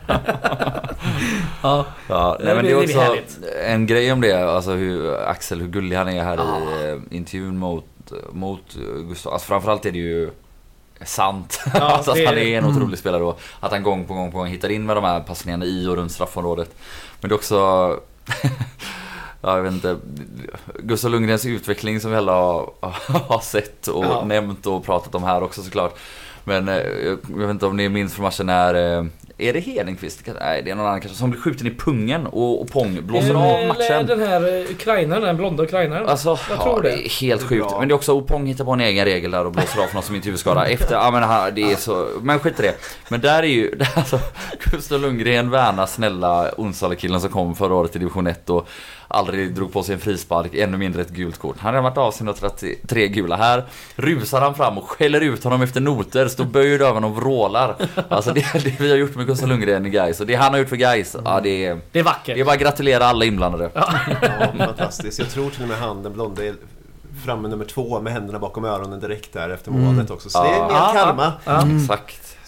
Ja, ja, nej, men det är också en grej om det, alltså hur Axel, hur gullig han är här ja. i intervjun mot, mot Gustav. Alltså framförallt är det ju sant ja, alltså att han är en otrolig mm. spelare då, att han gång på gång på gång hittar in med de här passningarna i och runt straffområdet. Men det är också ja, jag vet inte, Gustav Lundgrens utveckling som vi alla har, har sett och ja. nämnt och pratat om här också, såklart. Men jag vet inte om ni minns från matchen när är det Hedenqvist? Nej, det är någon annan kanske som blir skjuten i pungen och, och Pong blåser eller, av matchen. Den här ukrainaren, den blonda ukrainaren. Alltså, jag tror ja, det. det är helt det är sjukt. Bra. Men det är också Pong hittar på en egen regel där och blåser av för något som inte huvudskada. Efter, ja men här, det är så, men skit i det. Men där är ju alltså, Gustav Lundgren, värna snälla Onsala-killen som kom förra året i division ett och aldrig drog på sig en frispark, ännu mindre ett gult kort. Han har varit av sina trettiotre gula här. Rusar han fram och skäller ut honom efter noter, står böjd över och vrålar. Alltså det är det vi har gjort med Gustav Lundgren i Gais, och det han har gjort för Gais. Ja, det är det är vackert. Det är bara att gratulera alla inblandade. Ja, ja, fantastiskt. Jag tror till och med han, den blonde, framme nummer två med händerna bakom öronen direkt där efter målet också. Så mm. det är mer karma. Ja, ja. Exakt.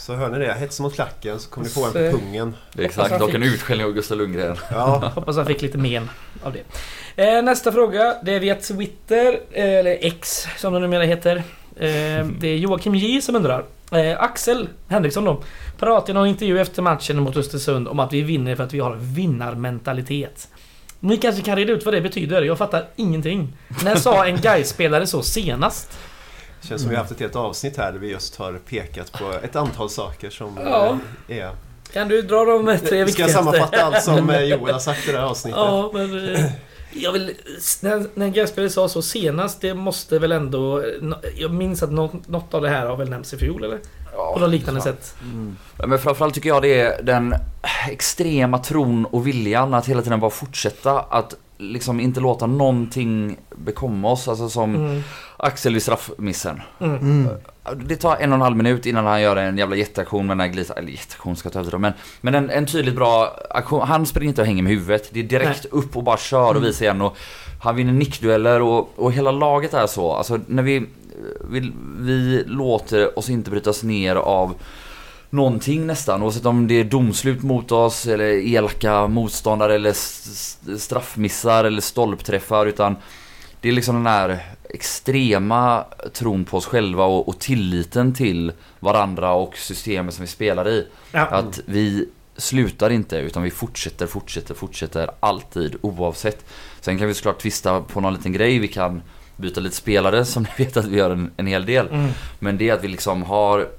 Så hör ni det, hets mot klacken så kommer ni få en på pungen. Exakt, och en utskällning av Gustav Lundgren. Ja. Hoppas han fick lite men av det. Eh, nästa fråga, det är via Twitter, eller X som det numera heter. Eh, det är Joakim J som undrar. Eh, Axel Henriksson då pratade i någon intervju efter matchen mot Östersund om att vi vinner för att vi har vinnarmentalitet. Ni kanske kan reda ut vad det betyder. Jag fattar ingenting. När sa en Gais-spelare så senast? Det känns som vi har haft ett helt avsnitt här där vi just har pekat på ett antal saker som Ja. är... Kan du dra de tre viktigaste? Ska jag sammanfatta allt som Joel har sagt i det här avsnittet? Ja, men... eh, Jag vill... När, när en Gais-spelare sa så senast, det måste väl ändå... Jag minns att något, något av det här har väl nämnts i fjol, eller? Ja, på något liknande sätt. Mm. Men framförallt tycker jag det är den extrema tron och viljan att hela tiden bara fortsätta att liksom inte låta någonting bekomma oss, alltså som mm. Axel vid straffmissen. Mm. Mm. Det tar en och en halv minut innan han gör en jävla jätteaktion med den här glisa, eller jätteaktion ska jag ta över, men, men en, en tydligt bra aktion. Han springer inte och hänger med huvudet, det är direkt Nej. upp och bara kör och visar igen, och han vinner nickdueller och, och hela laget är så, alltså när vi vi, vi låter oss inte brytas ner av någonting nästan, oavsett om det är domslut mot oss eller elaka motståndare eller straffmissar eller stolpträffar, utan det är liksom den här extrema tron på oss själva och, och tilliten till varandra och systemet som vi spelar i. Ja. Att vi slutar inte, utan vi fortsätter, fortsätter, fortsätter alltid oavsett. Sen kan vi såklart tvista på någon liten grej, vi kan byta lite spelare som ni vet att vi gör en, en hel del. Mm. Men det är att vi liksom har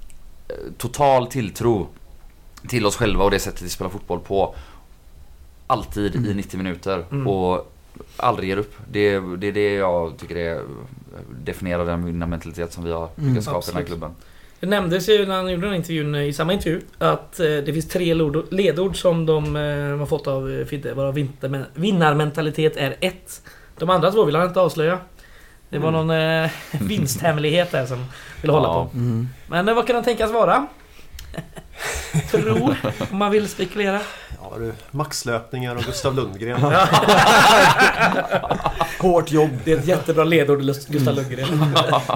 total tilltro till oss själva och det sättet vi spelar fotboll på alltid mm. i nittio minuter mm. och aldrig ger upp. Det, det är det jag tycker är definierar den vinnarmentalitet som vi har mm. lyckats skapa i den här klubben. Det nämndes ju när han gjorde den intervjun, i samma intervju, att eh, det finns tre ledord som de eh, har fått av Fidde, varav vinter, vinnarmentalitet är ett. De andra två vill han inte avslöja. Det var mm. någon eh, vinsthemlighet där som vill hålla ja. på. Mm. Men eh, vad kan den tänkas vara? Tro, om man vill spekulera. Ja du, maxlöpningar och Gustav Lundgren. Hårt jobb. Det är ett jättebra ledord, Gustav Lundgren.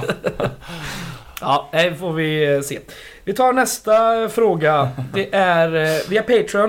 Ja, det får vi se. Vi tar nästa fråga. Det är via Patreon.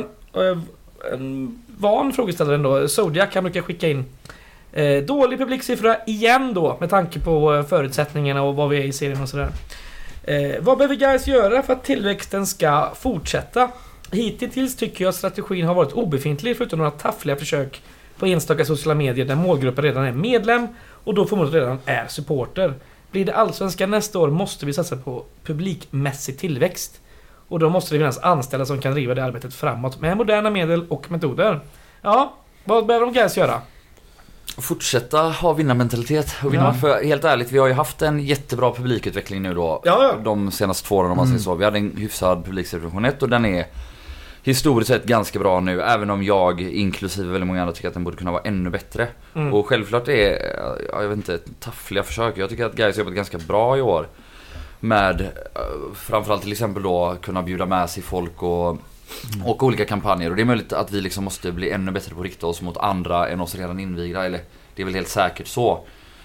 En van frågeställare då. Zodiac kan brukar skicka in dålig publiksiffra igen då, med tanke på förutsättningarna och vad vi är i serien och sådär. Vad behöver Gais göra för att tillväxten ska fortsätta? Hittills tycker jag att strategin har varit obefintlig, förutom några taffliga försök på enstaka sociala medier där målgruppen redan är medlem och då förmodligen redan är supporter. Blir det allsvenska nästa år måste vi satsa på publikmässig tillväxt. Och då måste det finnas anställda som kan driva det arbetet framåt med moderna medel och metoder. Ja, vad behöver de Gais göra? Fortsätta ha vinnarmentalitet och vinna. Ja. För helt ärligt, vi har ju haft en jättebra publikutveckling nu då. Ja, ja. De senaste två åren om man säger så. Vi hade en hyfsad publiksituation ett och den är historiskt sett ganska bra nu, även om jag inklusive väldigt många andra tycker att den borde kunna vara ännu bättre. Mm. Och självklart är, jag vet inte, taffliga försök. Jag tycker att Gais har jobbat ganska bra i år med framförallt till exempel då kunna bjuda med sig folk och, mm. och olika kampanjer. Och det är möjligt att vi liksom måste bli ännu bättre på att rikta oss mot andra än oss redan invigda, eller det är väl helt säkert så.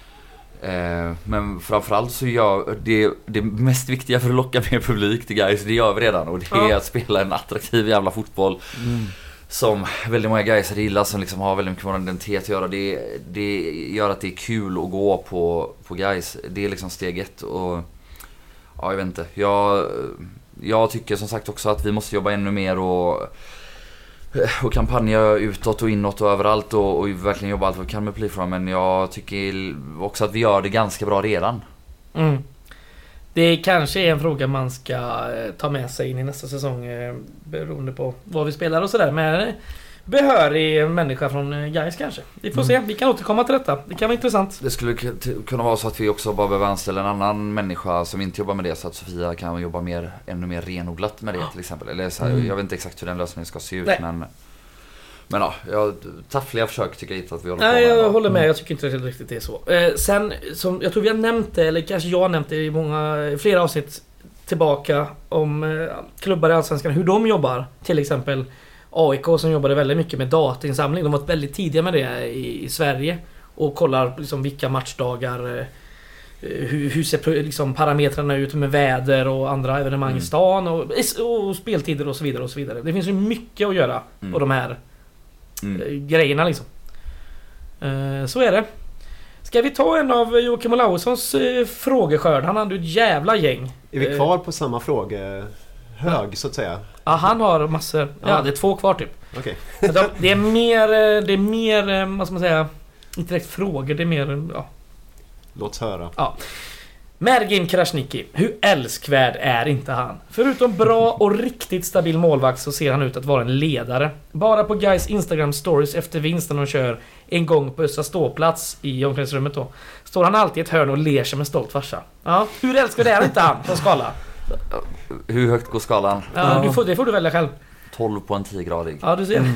Men framförallt så gör det, det mest viktiga för att locka mer publik till Gais, det gör vi redan, och det är ja. att spela en attraktiv jävla fotboll mm. som väldigt många Gaisare gillar, som liksom har väldigt mycket med identitet att göra. Det, det gör att det är kul att gå på, på Gais. Det är liksom steg ett. Och ja, jag vet inte. Jag, jag tycker som sagt också att vi måste jobba ännu mer och och kampanja utåt och inåt och överallt och, och verkligen jobba allt vad vi kan med Playfrom. Men jag tycker också att vi gör det ganska bra redan. Mm. Det kanske är en fråga man ska ta med sig in i nästa säsong, beroende på vad vi spelar och sådär. Men behörig människa från Gais kanske. Vi får mm. se, vi kan återkomma till detta. Det kan vara intressant. Det skulle kunna vara så att vi också bara behöver anställa en annan människa som inte jobbar med det, så att Sofia kan jobba mer, ännu mer renodlat med det till exempel. Eller så här, mm. jag vet inte exakt hur den lösningen ska se ut. Nej. men Men ja, jag, taffliga försök tycker jag inte att vi håller på med. Nej, jag håller med. Jag tycker inte att det riktigt är så. Eh, sen, som jag tror vi har nämnt det, eller kanske jag har nämnt det i många, flera avsnitt tillbaka om eh, klubbar i Allsvenskan, hur de jobbar. Till exempel A I K som jobbade väldigt mycket med datainsamling. De var väldigt tidiga med det i, i Sverige och kollar liksom vilka matchdagar hur, hur ser liksom parametrarna ut med väder och andra evenemang mm. i stan och, och speltider och så vidare och så vidare. Det finns ju mycket att göra mm. på de här mm. grejerna liksom. Så är det. Ska vi ta en av Joakim Olaussons frågeskörd? Han hade ett jävla gäng. Är vi kvar på samma fråga hög så att säga? Ja, han har massor. Ja, ja det är två kvar typ. Okej. Okay. Det är mer, det är mer, vad ska man säga, inte direkt frågor, det är mer, ja. Låt höra. Ja. Mergin Krasniqi, hur älskvärd är inte han? Förutom bra och riktigt stabil målvakt så ser han ut att vara en ledare. Bara på Guys Instagram stories efter vinsten de kör en gång på Östra ståplats i omklädningsrummet då, står han alltid i ett hörn och ler som en stolt farsa. Ja, hur älskvärd är inte han på skala? Hur högt går skalan? Ja, du får, det får du välja själv. tolv på en tio-gradig. Ja, du ser. Mm.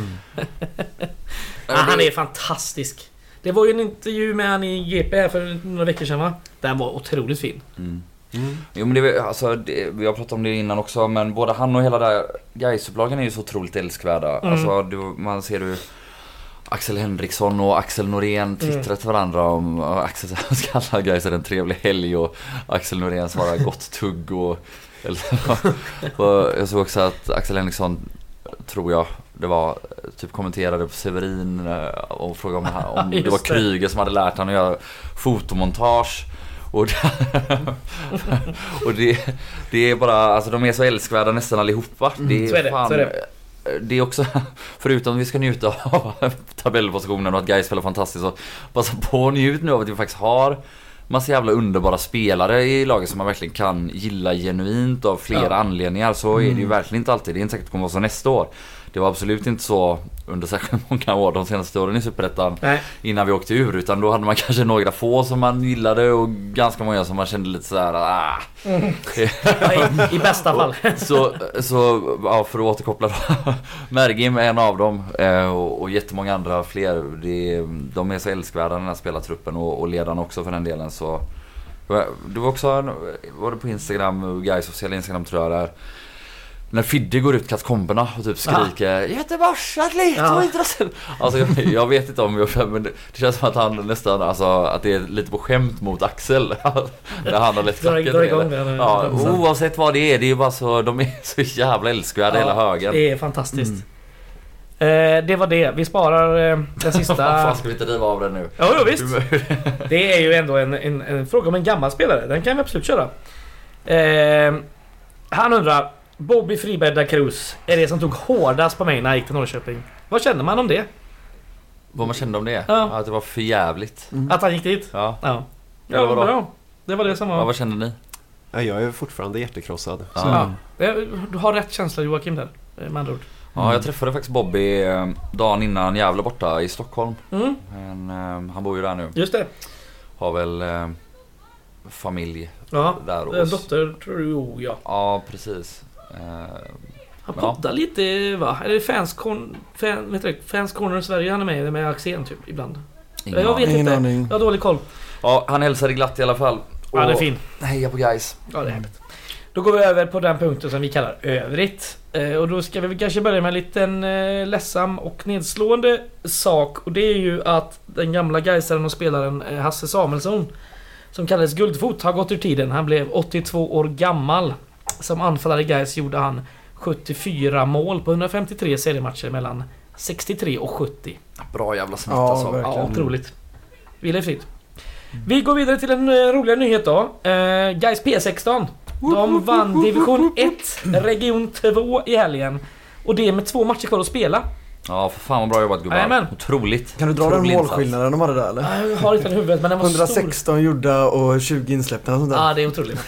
Ja, han är fantastisk. Det var ju en intervju med han i G P här för några veckor sedan, va? Den var otroligt fin. Mm. Mm. Jo, men det, alltså, det, vi har pratat om det innan också, men både han och hela där Gais-upplagan är ju så otroligt älskvärda. Mm. Alltså, du, man ser ju Axel Henriksson och Axel Norén twittrat mm. till varandra om och Axel ska alla Gais en trevlig helg och Axel Norén svarar gott tugg och, eller, och jag såg också att Axel Henriksson, tror jag det var, typ kommenterade på Severin och frågade om, om det var Kryger som hade lärt han att göra fotomontage och, och det, det är bara, alltså de är så älskvärda nästan allihopa. Mm, det är, så är det, fan, så är det. Det är också, förutom att vi ska njuta av tabellpositionen och att Gais spelar fantastiskt, så passa på och njut nu av att vi faktiskt har massa jävla underbara spelare i laget som man verkligen kan gilla genuint av flera ja. anledningar. Så är det ju mm. verkligen inte alltid. Det är inte säkert att det kommer vara så nästa år. Det var absolut inte så under särskilt många år de senaste åren i Superettan innan vi åkte ur, utan då hade man kanske några få som man gillade och ganska många som man kände lite sådär ah. mm. I, i bästa fall. så, så ja, för att återkoppla då, Mergim är en av dem och, och jättemånga andra fler. Det, de är så älskvärda den här spelartruppen och, och ledarna också för den delen. Så det var också var det på Instagram, Guys officiella Instagram tror jag där, när Fidde går ut katakomberna och typ skriker Göteborgsatlet ja. Alltså jag, jag vet inte om jag, men det, det känns som att han nästan, alltså att det är lite på skämt mot Axel när han har lätt klacken. Ja, oavsett vad det är, det är ju bara så, de är så jävla älskvärda ja, hela högen. Det är fantastiskt. Mm. Eh, det var det. Vi sparar eh, den sista. Fan, ska vi inte driva av den nu? Ja, ja visst. Det är ju ändå en, en, en fråga om en gammal spelare. Den kan vi absolut köra. Eh, han undrar, Bobby Friberg da Cruz är det som tog hårdast på mig när jag gick till Norrköping. Vad känner man om det? Vad man kände om det? Ja. Att det var för jävligt. Mm. Att han gick dit? Ja. Ja, ja det, var det var det som var. Ja, vad kände ni? Ja, jag är fortfarande hjärtekrossad. Ja. Så. Ja. Du har rätt känsla, Joakim, där med andra ord. Ja, jag träffade faktiskt Bobby dagen innan Gävle borta i Stockholm. Mm. Men, han bor ju där nu. Just det. Har väl eh, familj ja, där. En dotter tror du, oh, ja. Ja, precis. Uh, han poddar ja. lite, va? Är det fans, con- fan, vet du, fans Corner Sverige han är med med Axén typ ibland? Ingen jag vet ingen inte. Aning. Jag har dålig koll. Ja, han hälsade glatt i alla fall. Ja, det är fin. Heja på guys. Ja, det är härligt. Då går vi över på den punkten som vi kallar övrigt. Eh, och då ska vi kanske börja med en liten eh, ledsam och nedslående sak. Och det är ju att den gamla Gaisaren och spelaren eh, Hasse Samuelsson, som kallades Guldfot, har gått ur tiden. Han blev åttiotvå år gammal. Som anfallare i Gais gjorde han sjuttiofyra mål på hundrafemtiotre seriematcher mellan sextiotre och sjuttio. Bra jävla snitt ja, alltså. Ja, otroligt. Vila fritt. Vi går vidare till en uh, rolig nyhet då. Uh, Gais P sexton. De vann division ett, region två i helgen. Och det är med två matcher kvar att spela. Ja, för fan vad bra jobbat gubbar. Amen. Otroligt. Kan du dra Otroligt den målskillnaden de hade där eller? Jag har inte den i huvudet, men den var hundrasexton stor. gjorda och tjugo insläppta och sånt där. Ja, det är otroligt.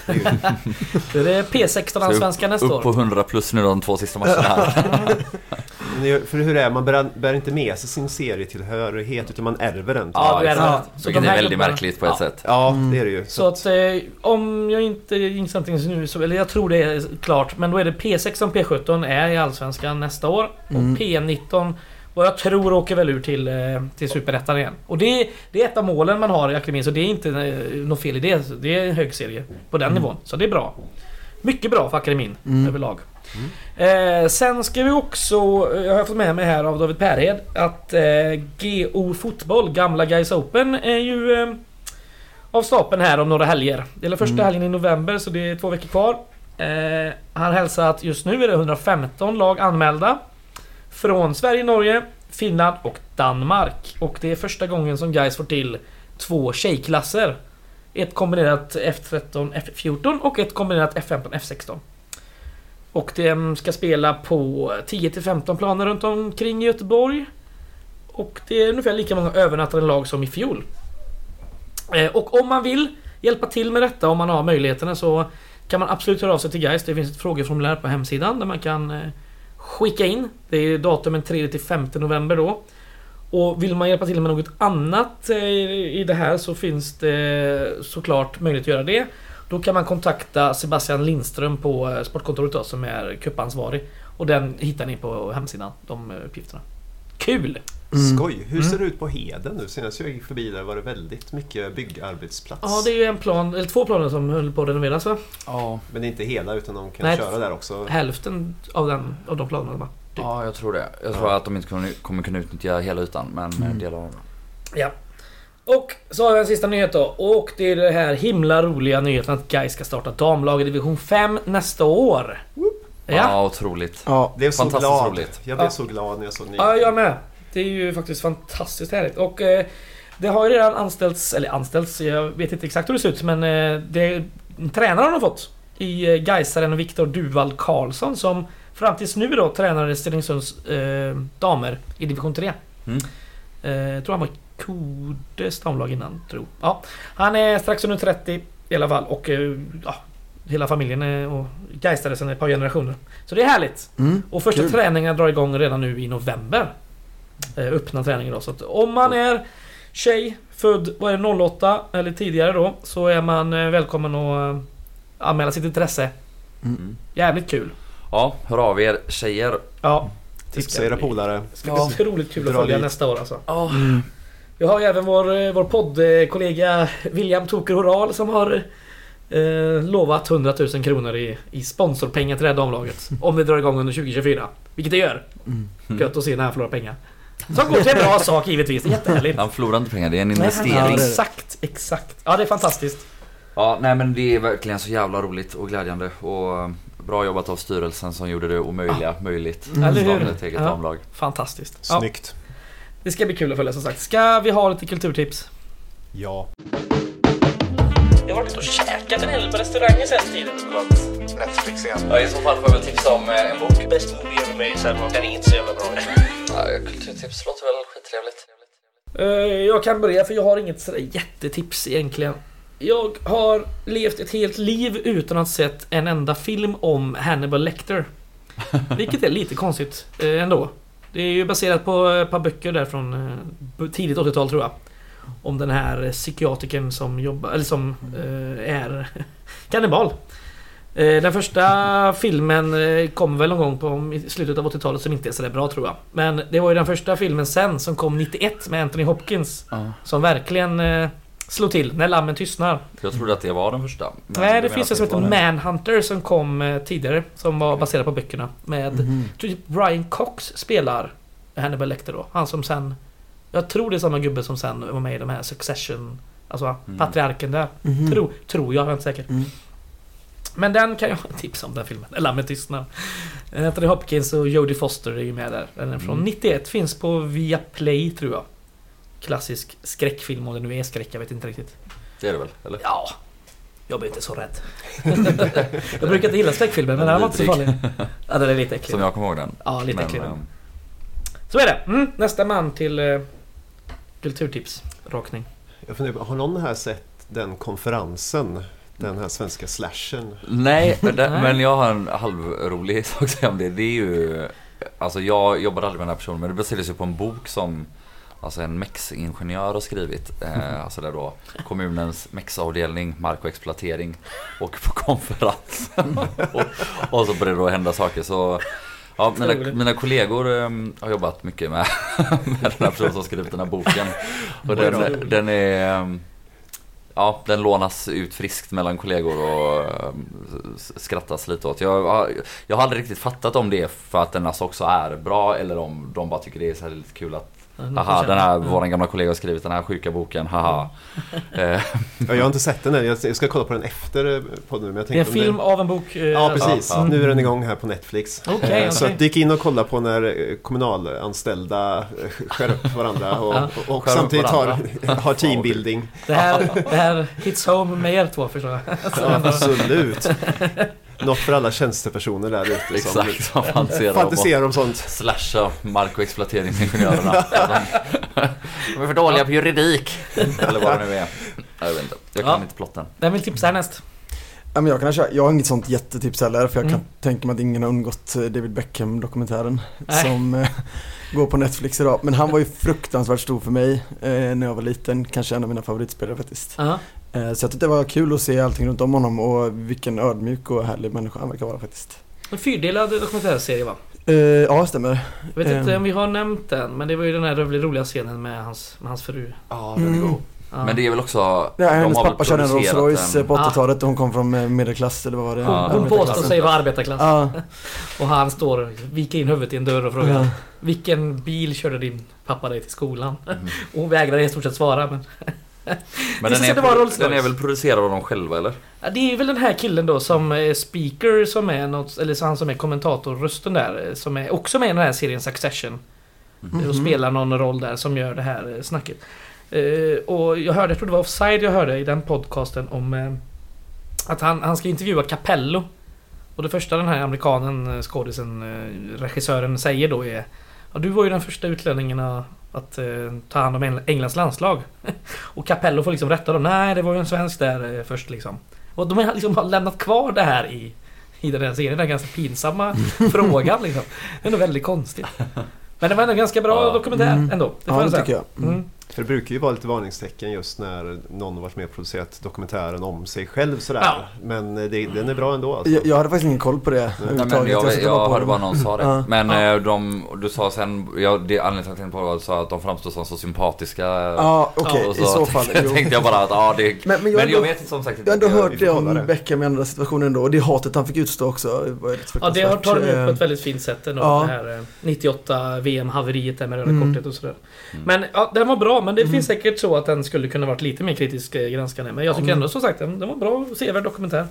Det är P sexton av svenska nästa år. Upp på hundra plus nu de två sista matcherna här. För hur är man bär, bär inte med sig sin serietillhörighet utan man ärver den. Ja, det är ja, så det är väldigt gubbarna märkligt på ett ja. sätt. Ja, det är det ju. Så, så att eh, om jag inte jinxar någonting nu så, eller jag tror det är klart, men då är det P sexton P sjutton är i Allsvenskan nästa år mm. och P nitton och jag tror åker väl ur till, till Superettan igen. Och det är, det är ett av målen man har i akademin, så det är inte något fel i det. Det är en hög serie på den mm. nivån, så det är bra. Mycket bra för akademin mm. överlag. Mm. Eh, sen ska vi också, jag har fått med mig här av David Perhed att eh, G O Fotboll, gamla Gais Open, är ju eh, av stapeln här om några helger. Det är första Mm. helgen i november, så det är två veckor kvar. Eh, han hälsar att just nu är det hundrafemton lag anmälda från Sverige, Norge, Finland och Danmark. Och det är första gången som Gais får till två tjejklasser. Ett kombinerat F tretton F fjorton och ett kombinerat F femton F sexton. Och de ska spela på tio till femton planer runt omkring Göteborg. Och det är ungefär lika många övernattade lag som i fjol. Eh, och om man vill hjälpa till med detta, om man har möjligheterna, så kan man absolut höra av sig till Gais. Det finns ett frågeformulär på hemsidan där man kan eh, skicka in. Det är datumen tredje till femte november då. Och vill man hjälpa till med något annat eh, i det här, så finns det såklart möjlighet att göra det. Då kan man kontakta Sebastian Lindström på eh, Sportkontoret då, som är kuppansvarig. Och den hittar ni på hemsidan, de uppgifterna. Kul! Mm. Skoj! Hur ser Mm. det ut på Heden nu? Senast jag gick förbi där var det väldigt mycket byggarbetsplats. Ja, det är ju en plan, eller två planer som höll på att renoveras, va? Ja. Men det är inte hela, utan de kan Nej, köra där också. Hälften av, den, av de planerna, va? Typ. Ja, jag tror det. Jag tror Ja. att de inte kommer, kommer kunna utnyttja hela ytan, men Mm. delar av den. Ja. Och så har vi en sista nyhet då. Och det är det här himla roliga nyheten att Gais ska starta damlag i division fem nästa år. Ja, Ja, otroligt. Ja, Jag blev så Fantastiskt glad. roligt. Jag blev Ja. så glad när jag såg ja, nyheten. jag med. Det är ju faktiskt fantastiskt härligt. Och eh, det har ju redan anställts, eller anställts, jag vet inte exakt hur det ser ut, men eh, det tränare har de fått i eh, Gaisaren Viktor Duvall Karlsson, som fram tills nu då tränade Stenungsunds eh, damer i division tre. Mm. Eh, jag tror han var i Kodes damlag innan, tror. Ja, han är strax under trettio i alla fall, och eh, ja, hela familjen är och Gaisare sedan ett par generationer. Så det är härligt. mm. Och första Kul. träningen drar igång redan nu i november. Eh, öppna träningen då. Så att om man är tjej, född vad är det, noll åtta eller tidigare då, så är man eh, välkommen att eh, anmäla sitt intresse. Mm. Jävligt kul. Ja, hör av er tjejer. Ja. Det Tipsa ska era bli, polare. det ska bli otroligt kul att Dra följa dit. nästa år alltså. Ja. Mm. Vi har ju även vår, eh, vår poddkollega William Toker Horal som har eh, lovat hundratusen kronor i, i sponsorpengar till det här damlaget. Om det drar igång under tjugo tjugofyra. Vilket det gör. Mm. Gött att se när han förlorar pengar. Som går till en bra sak givetvis. Det är jättehärligt. Han förlorar inte pengar, det är en Nej, investering. Ja, det är det. Exakt, exakt. Ja, det är fantastiskt. Ja, nej men det är verkligen så jävla roligt och glädjande. Och bra jobbat av styrelsen som gjorde det omöjliga möjligt. Mm. Eller hur? Starta ett eget Ja. damlag. Fantastiskt. Ja, Snyggt. det ska bli kul att följa som sagt. Ska vi ha lite kulturtips? Ja. Jag har varit ute och käkat en hel på restauranger sen tiden. Netflix igen. Ja, i så fall får jag väl tipsa om eh, en bok. Bäst movie över mig sen, den är inte så jävla bra. Ja, kulturtips låter väl skittrevligt. Eh, Jag kan börja, för jag har inget sådär jättetips egentligen. Jag har levt ett helt liv utan att ha sett en enda film om Hannibal Lecter. Vilket är lite konstigt eh, ändå. Det är ju baserat på ett par böcker där från eh, tidigt åttiotal tror jag. Om den här psykiatriken som jobbar, eller som eh, är kannibal. Eh, den första filmen eh, kom väl någon gång på i slutet av åttiotalet som inte är så där bra tror jag. Men det var ju den första filmen sen som kom nittioett med Anthony Hopkins. Ja. Som verkligen eh, slog till när lammen tystnar. Jag trodde att det var den första. Men Nej, du det menar finns att en som det heter var den? Manhunter som kom eh, tidigare. Som var baserad på böckerna. Med Mhm. typ Brian Cox spelar Hannibal Lecter då. Han som sen, jag tror det är samma gubbe som sen var med i de här Succession. Alltså Mm. patriarken där. Mhm. Tro, tror jag, jag är inte säker. Mm. Men den kan jag tipsa om, den filmen. Lammen tystnar. Anthony Hopkins och Jodie Foster är ju med där. Den är från Mm. nittioett. Finns på Viaplay tror jag. Klassisk skräckfilm, om det nu är skräck, jag vet inte riktigt. Det är det väl, eller? Ja, jag blir inte så rädd. Jag brukar inte gilla skräckfilmer, men den här var inte så farlig. Ja, den är lite äcklig. Som jag kommer ihåg den. Ja, lite Men, äcklig. eh, Så är det. Mm, nästa man till eh, kulturtips. Rakning. Jag funderar på, har någon här sett den konferensen? Den här svenska slashen? Nej, det, Nej. men jag har en halvrolig sak att säga om det. Det är ju... Alltså jag jobbar aldrig med den här personen, men det baseras ju på en bok som alltså en mexingenjör har skrivit. Eh, alltså där då kommunens mexavdelning, mark och exploatering, och på konferensen. och, och så börjar det då hända saker. Så ja, mina, mina kollegor eh, har jobbat mycket med, med den här personen som skrivit den här boken. Och den, den är... Eh, Ja, den lånas ut friskt mellan kollegor och äh, skrattas lite åt. Jag har, jag har aldrig riktigt fattat om det för att den alltså också är bra eller om de bara tycker det är så här lite kul att Haha, den här, vår gamla kollega har skrivit den här sjuka boken, haha. Ja, jag har inte sett den än, jag ska kolla på den efter podden. Men jag det är en film det... av en bok. Ja, precis. Ja, nu är den igång här på Netflix. Okay, okay. Så att gick in och kolla på när kommunalanställda skär upp varandra och, ja. och, och samtidigt har, har teambuilding. Det här, det här hits home med er två, förstår jag. Ja, absolut. Något för alla tjänstepersoner där ute. Exakt, som fantiserar, fantiserar om sånt. Slasha mark- och exploateringsingenjörerna. De är för dåliga på juridik. Eller vad det nu är. Jag vet inte, jag kan ja. inte plotten. Vem vill tipsa härnäst? Ja, men jag, kan köra. jag har inget sånt jättetips heller. För jag Mm. kan tänka mig att ingen har undgått David Beckham-dokumentären. Nej. Som eh, går på Netflix idag. Men han var ju fruktansvärt stor för mig eh, när jag var liten. Kanske en av mina favoritspelare faktiskt. Uh-huh. Så jag tyckte det var kul att se allting runt om honom och vilken ödmjuk och härlig människa han verkar vara faktiskt. En fyrdelad dokumentärserie, va? Uh, ja, stämmer. Jag vet inte um, om vi har nämnt den, men det var ju den här roliga, roliga scenen med hans, med hans fru. Ja, den är god. Ja. Men det är väl också... Ja, hennes pappa körde en Rolls Royce en... på åttiotalet och hon kom från medelklass eller vad var det? Hon, ja, hon påstår sig vara arbetarklass. Ja. Och han står, viker in huvudet i en dörr och frågar ja. vilken bil körde din pappa dig till skolan? Mm. Och hon vägrar i stort sett svara, men... Men den är, den är väl producerad av dem själva, eller? Ja, det är väl den här killen då som är speaker, som är något, eller han som är kommentatorrösten där, som är också med i den här serien Succession. Mm-hmm. Och spelar någon roll där som gör det här snacket. Uh, och jag hörde, jag tror det var Offside jag hörde i den podcasten om uh, att han, han ska intervjua Capello. Och det första den här amerikanen, skådisen, uh, regissören säger då är: ja, du var ju den första utlänningen att, att uh, ta hand om Englands landslag. Och Capello får liksom rätta dem: nej, det var ju en svensk där uh, först liksom. Och de har liksom lämnat kvar det här i, i den här serien, den ganska pinsamma frågan liksom. Det är nog väldigt konstigt. Men det var en ganska bra ja. dokumentär mm. ändå. Det får ja, jag säga. tycker jag. Mm. Mm. För det brukar ju vara lite varningstecken just när någon har varit med och producerat dokumentären om sig själv sådär. Ja. Men det, den är bra ändå alltså. jag, jag hade faktiskt ingen koll på det. Nej, men jag, jag, jag hörde bara någon sa det. Ja. Men ja. de, du sa sen, jag, det anledningen till att jag på det var att de framstår som så sympatiska. Ja, okej, okay, så, i så fall. tänkte jag bara att ja, det, men, men jag, men jag ändå, vet inte som sagt. Jag har ändå hört det om det. Beckham i andra situationer ändå. Och det hatet han fick utstå också. Ja, det har tagit ut på ett väldigt fint sätt ändå. Ja. Det här nittioåtta V M-haveriet där med röda mm. kortet och sådär. Mm. Men ja, den var bra, men det mm. finns säkert så att den skulle kunna varit lite mer kritisk granskande. Men jag tycker ändå som sagt den, den var bra, sevärd dokumentär.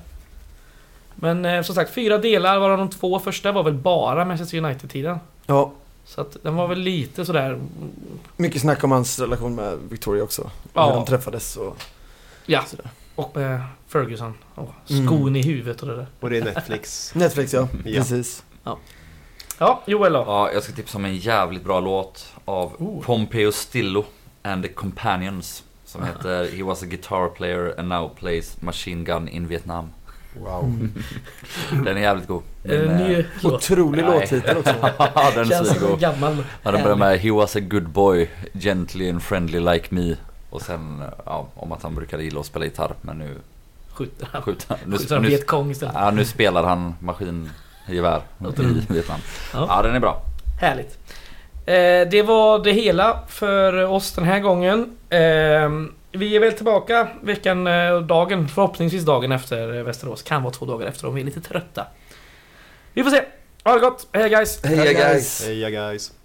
Men eh, som sagt, fyra delar, varav de två första var väl bara Manchester United-tiden. Ja. Så att den var väl lite sådär... Mycket snack om hans relation med Victoria också. Ja. När de träffades och... Ja, sådär. Och med Ferguson. Och skon mm. i huvudet och det där. Och det är Netflix. Netflix, ja. ja. Precis. Ja. Ja, Joel då? Ja, jag ska tipsa om en jävligt bra låt av oh. Pompeo Stillo and the Companions. Som uh-huh. heter He was a guitar player and now plays Machine Gun in Vietnam. Wow. Mm. Den är jävligt god. Den, en ny otrolig låttitel också. Ja, den känns är god. Gammal. Ja, den börjar med He was a good boy, gently and friendly like me. Och sen ja, om att han brukade gilla att spela gitarr. Men nu skjuter han. Skjuter han. Nu, skjuter han nu, Vietkong istället. Ja, nu spelar han maskingevär i Vietnam. Ja. ja, den är bra. Härligt. Eh, det var det hela för oss den här gången. Eh, vi är väl tillbaka veckan, eh, dagen, förhoppningsvis dagen efter Västerås. Kan vara två dagar efter om vi är lite trötta. Vi får se. Ha det gott. Hej guys. Hej guys. Hej guys.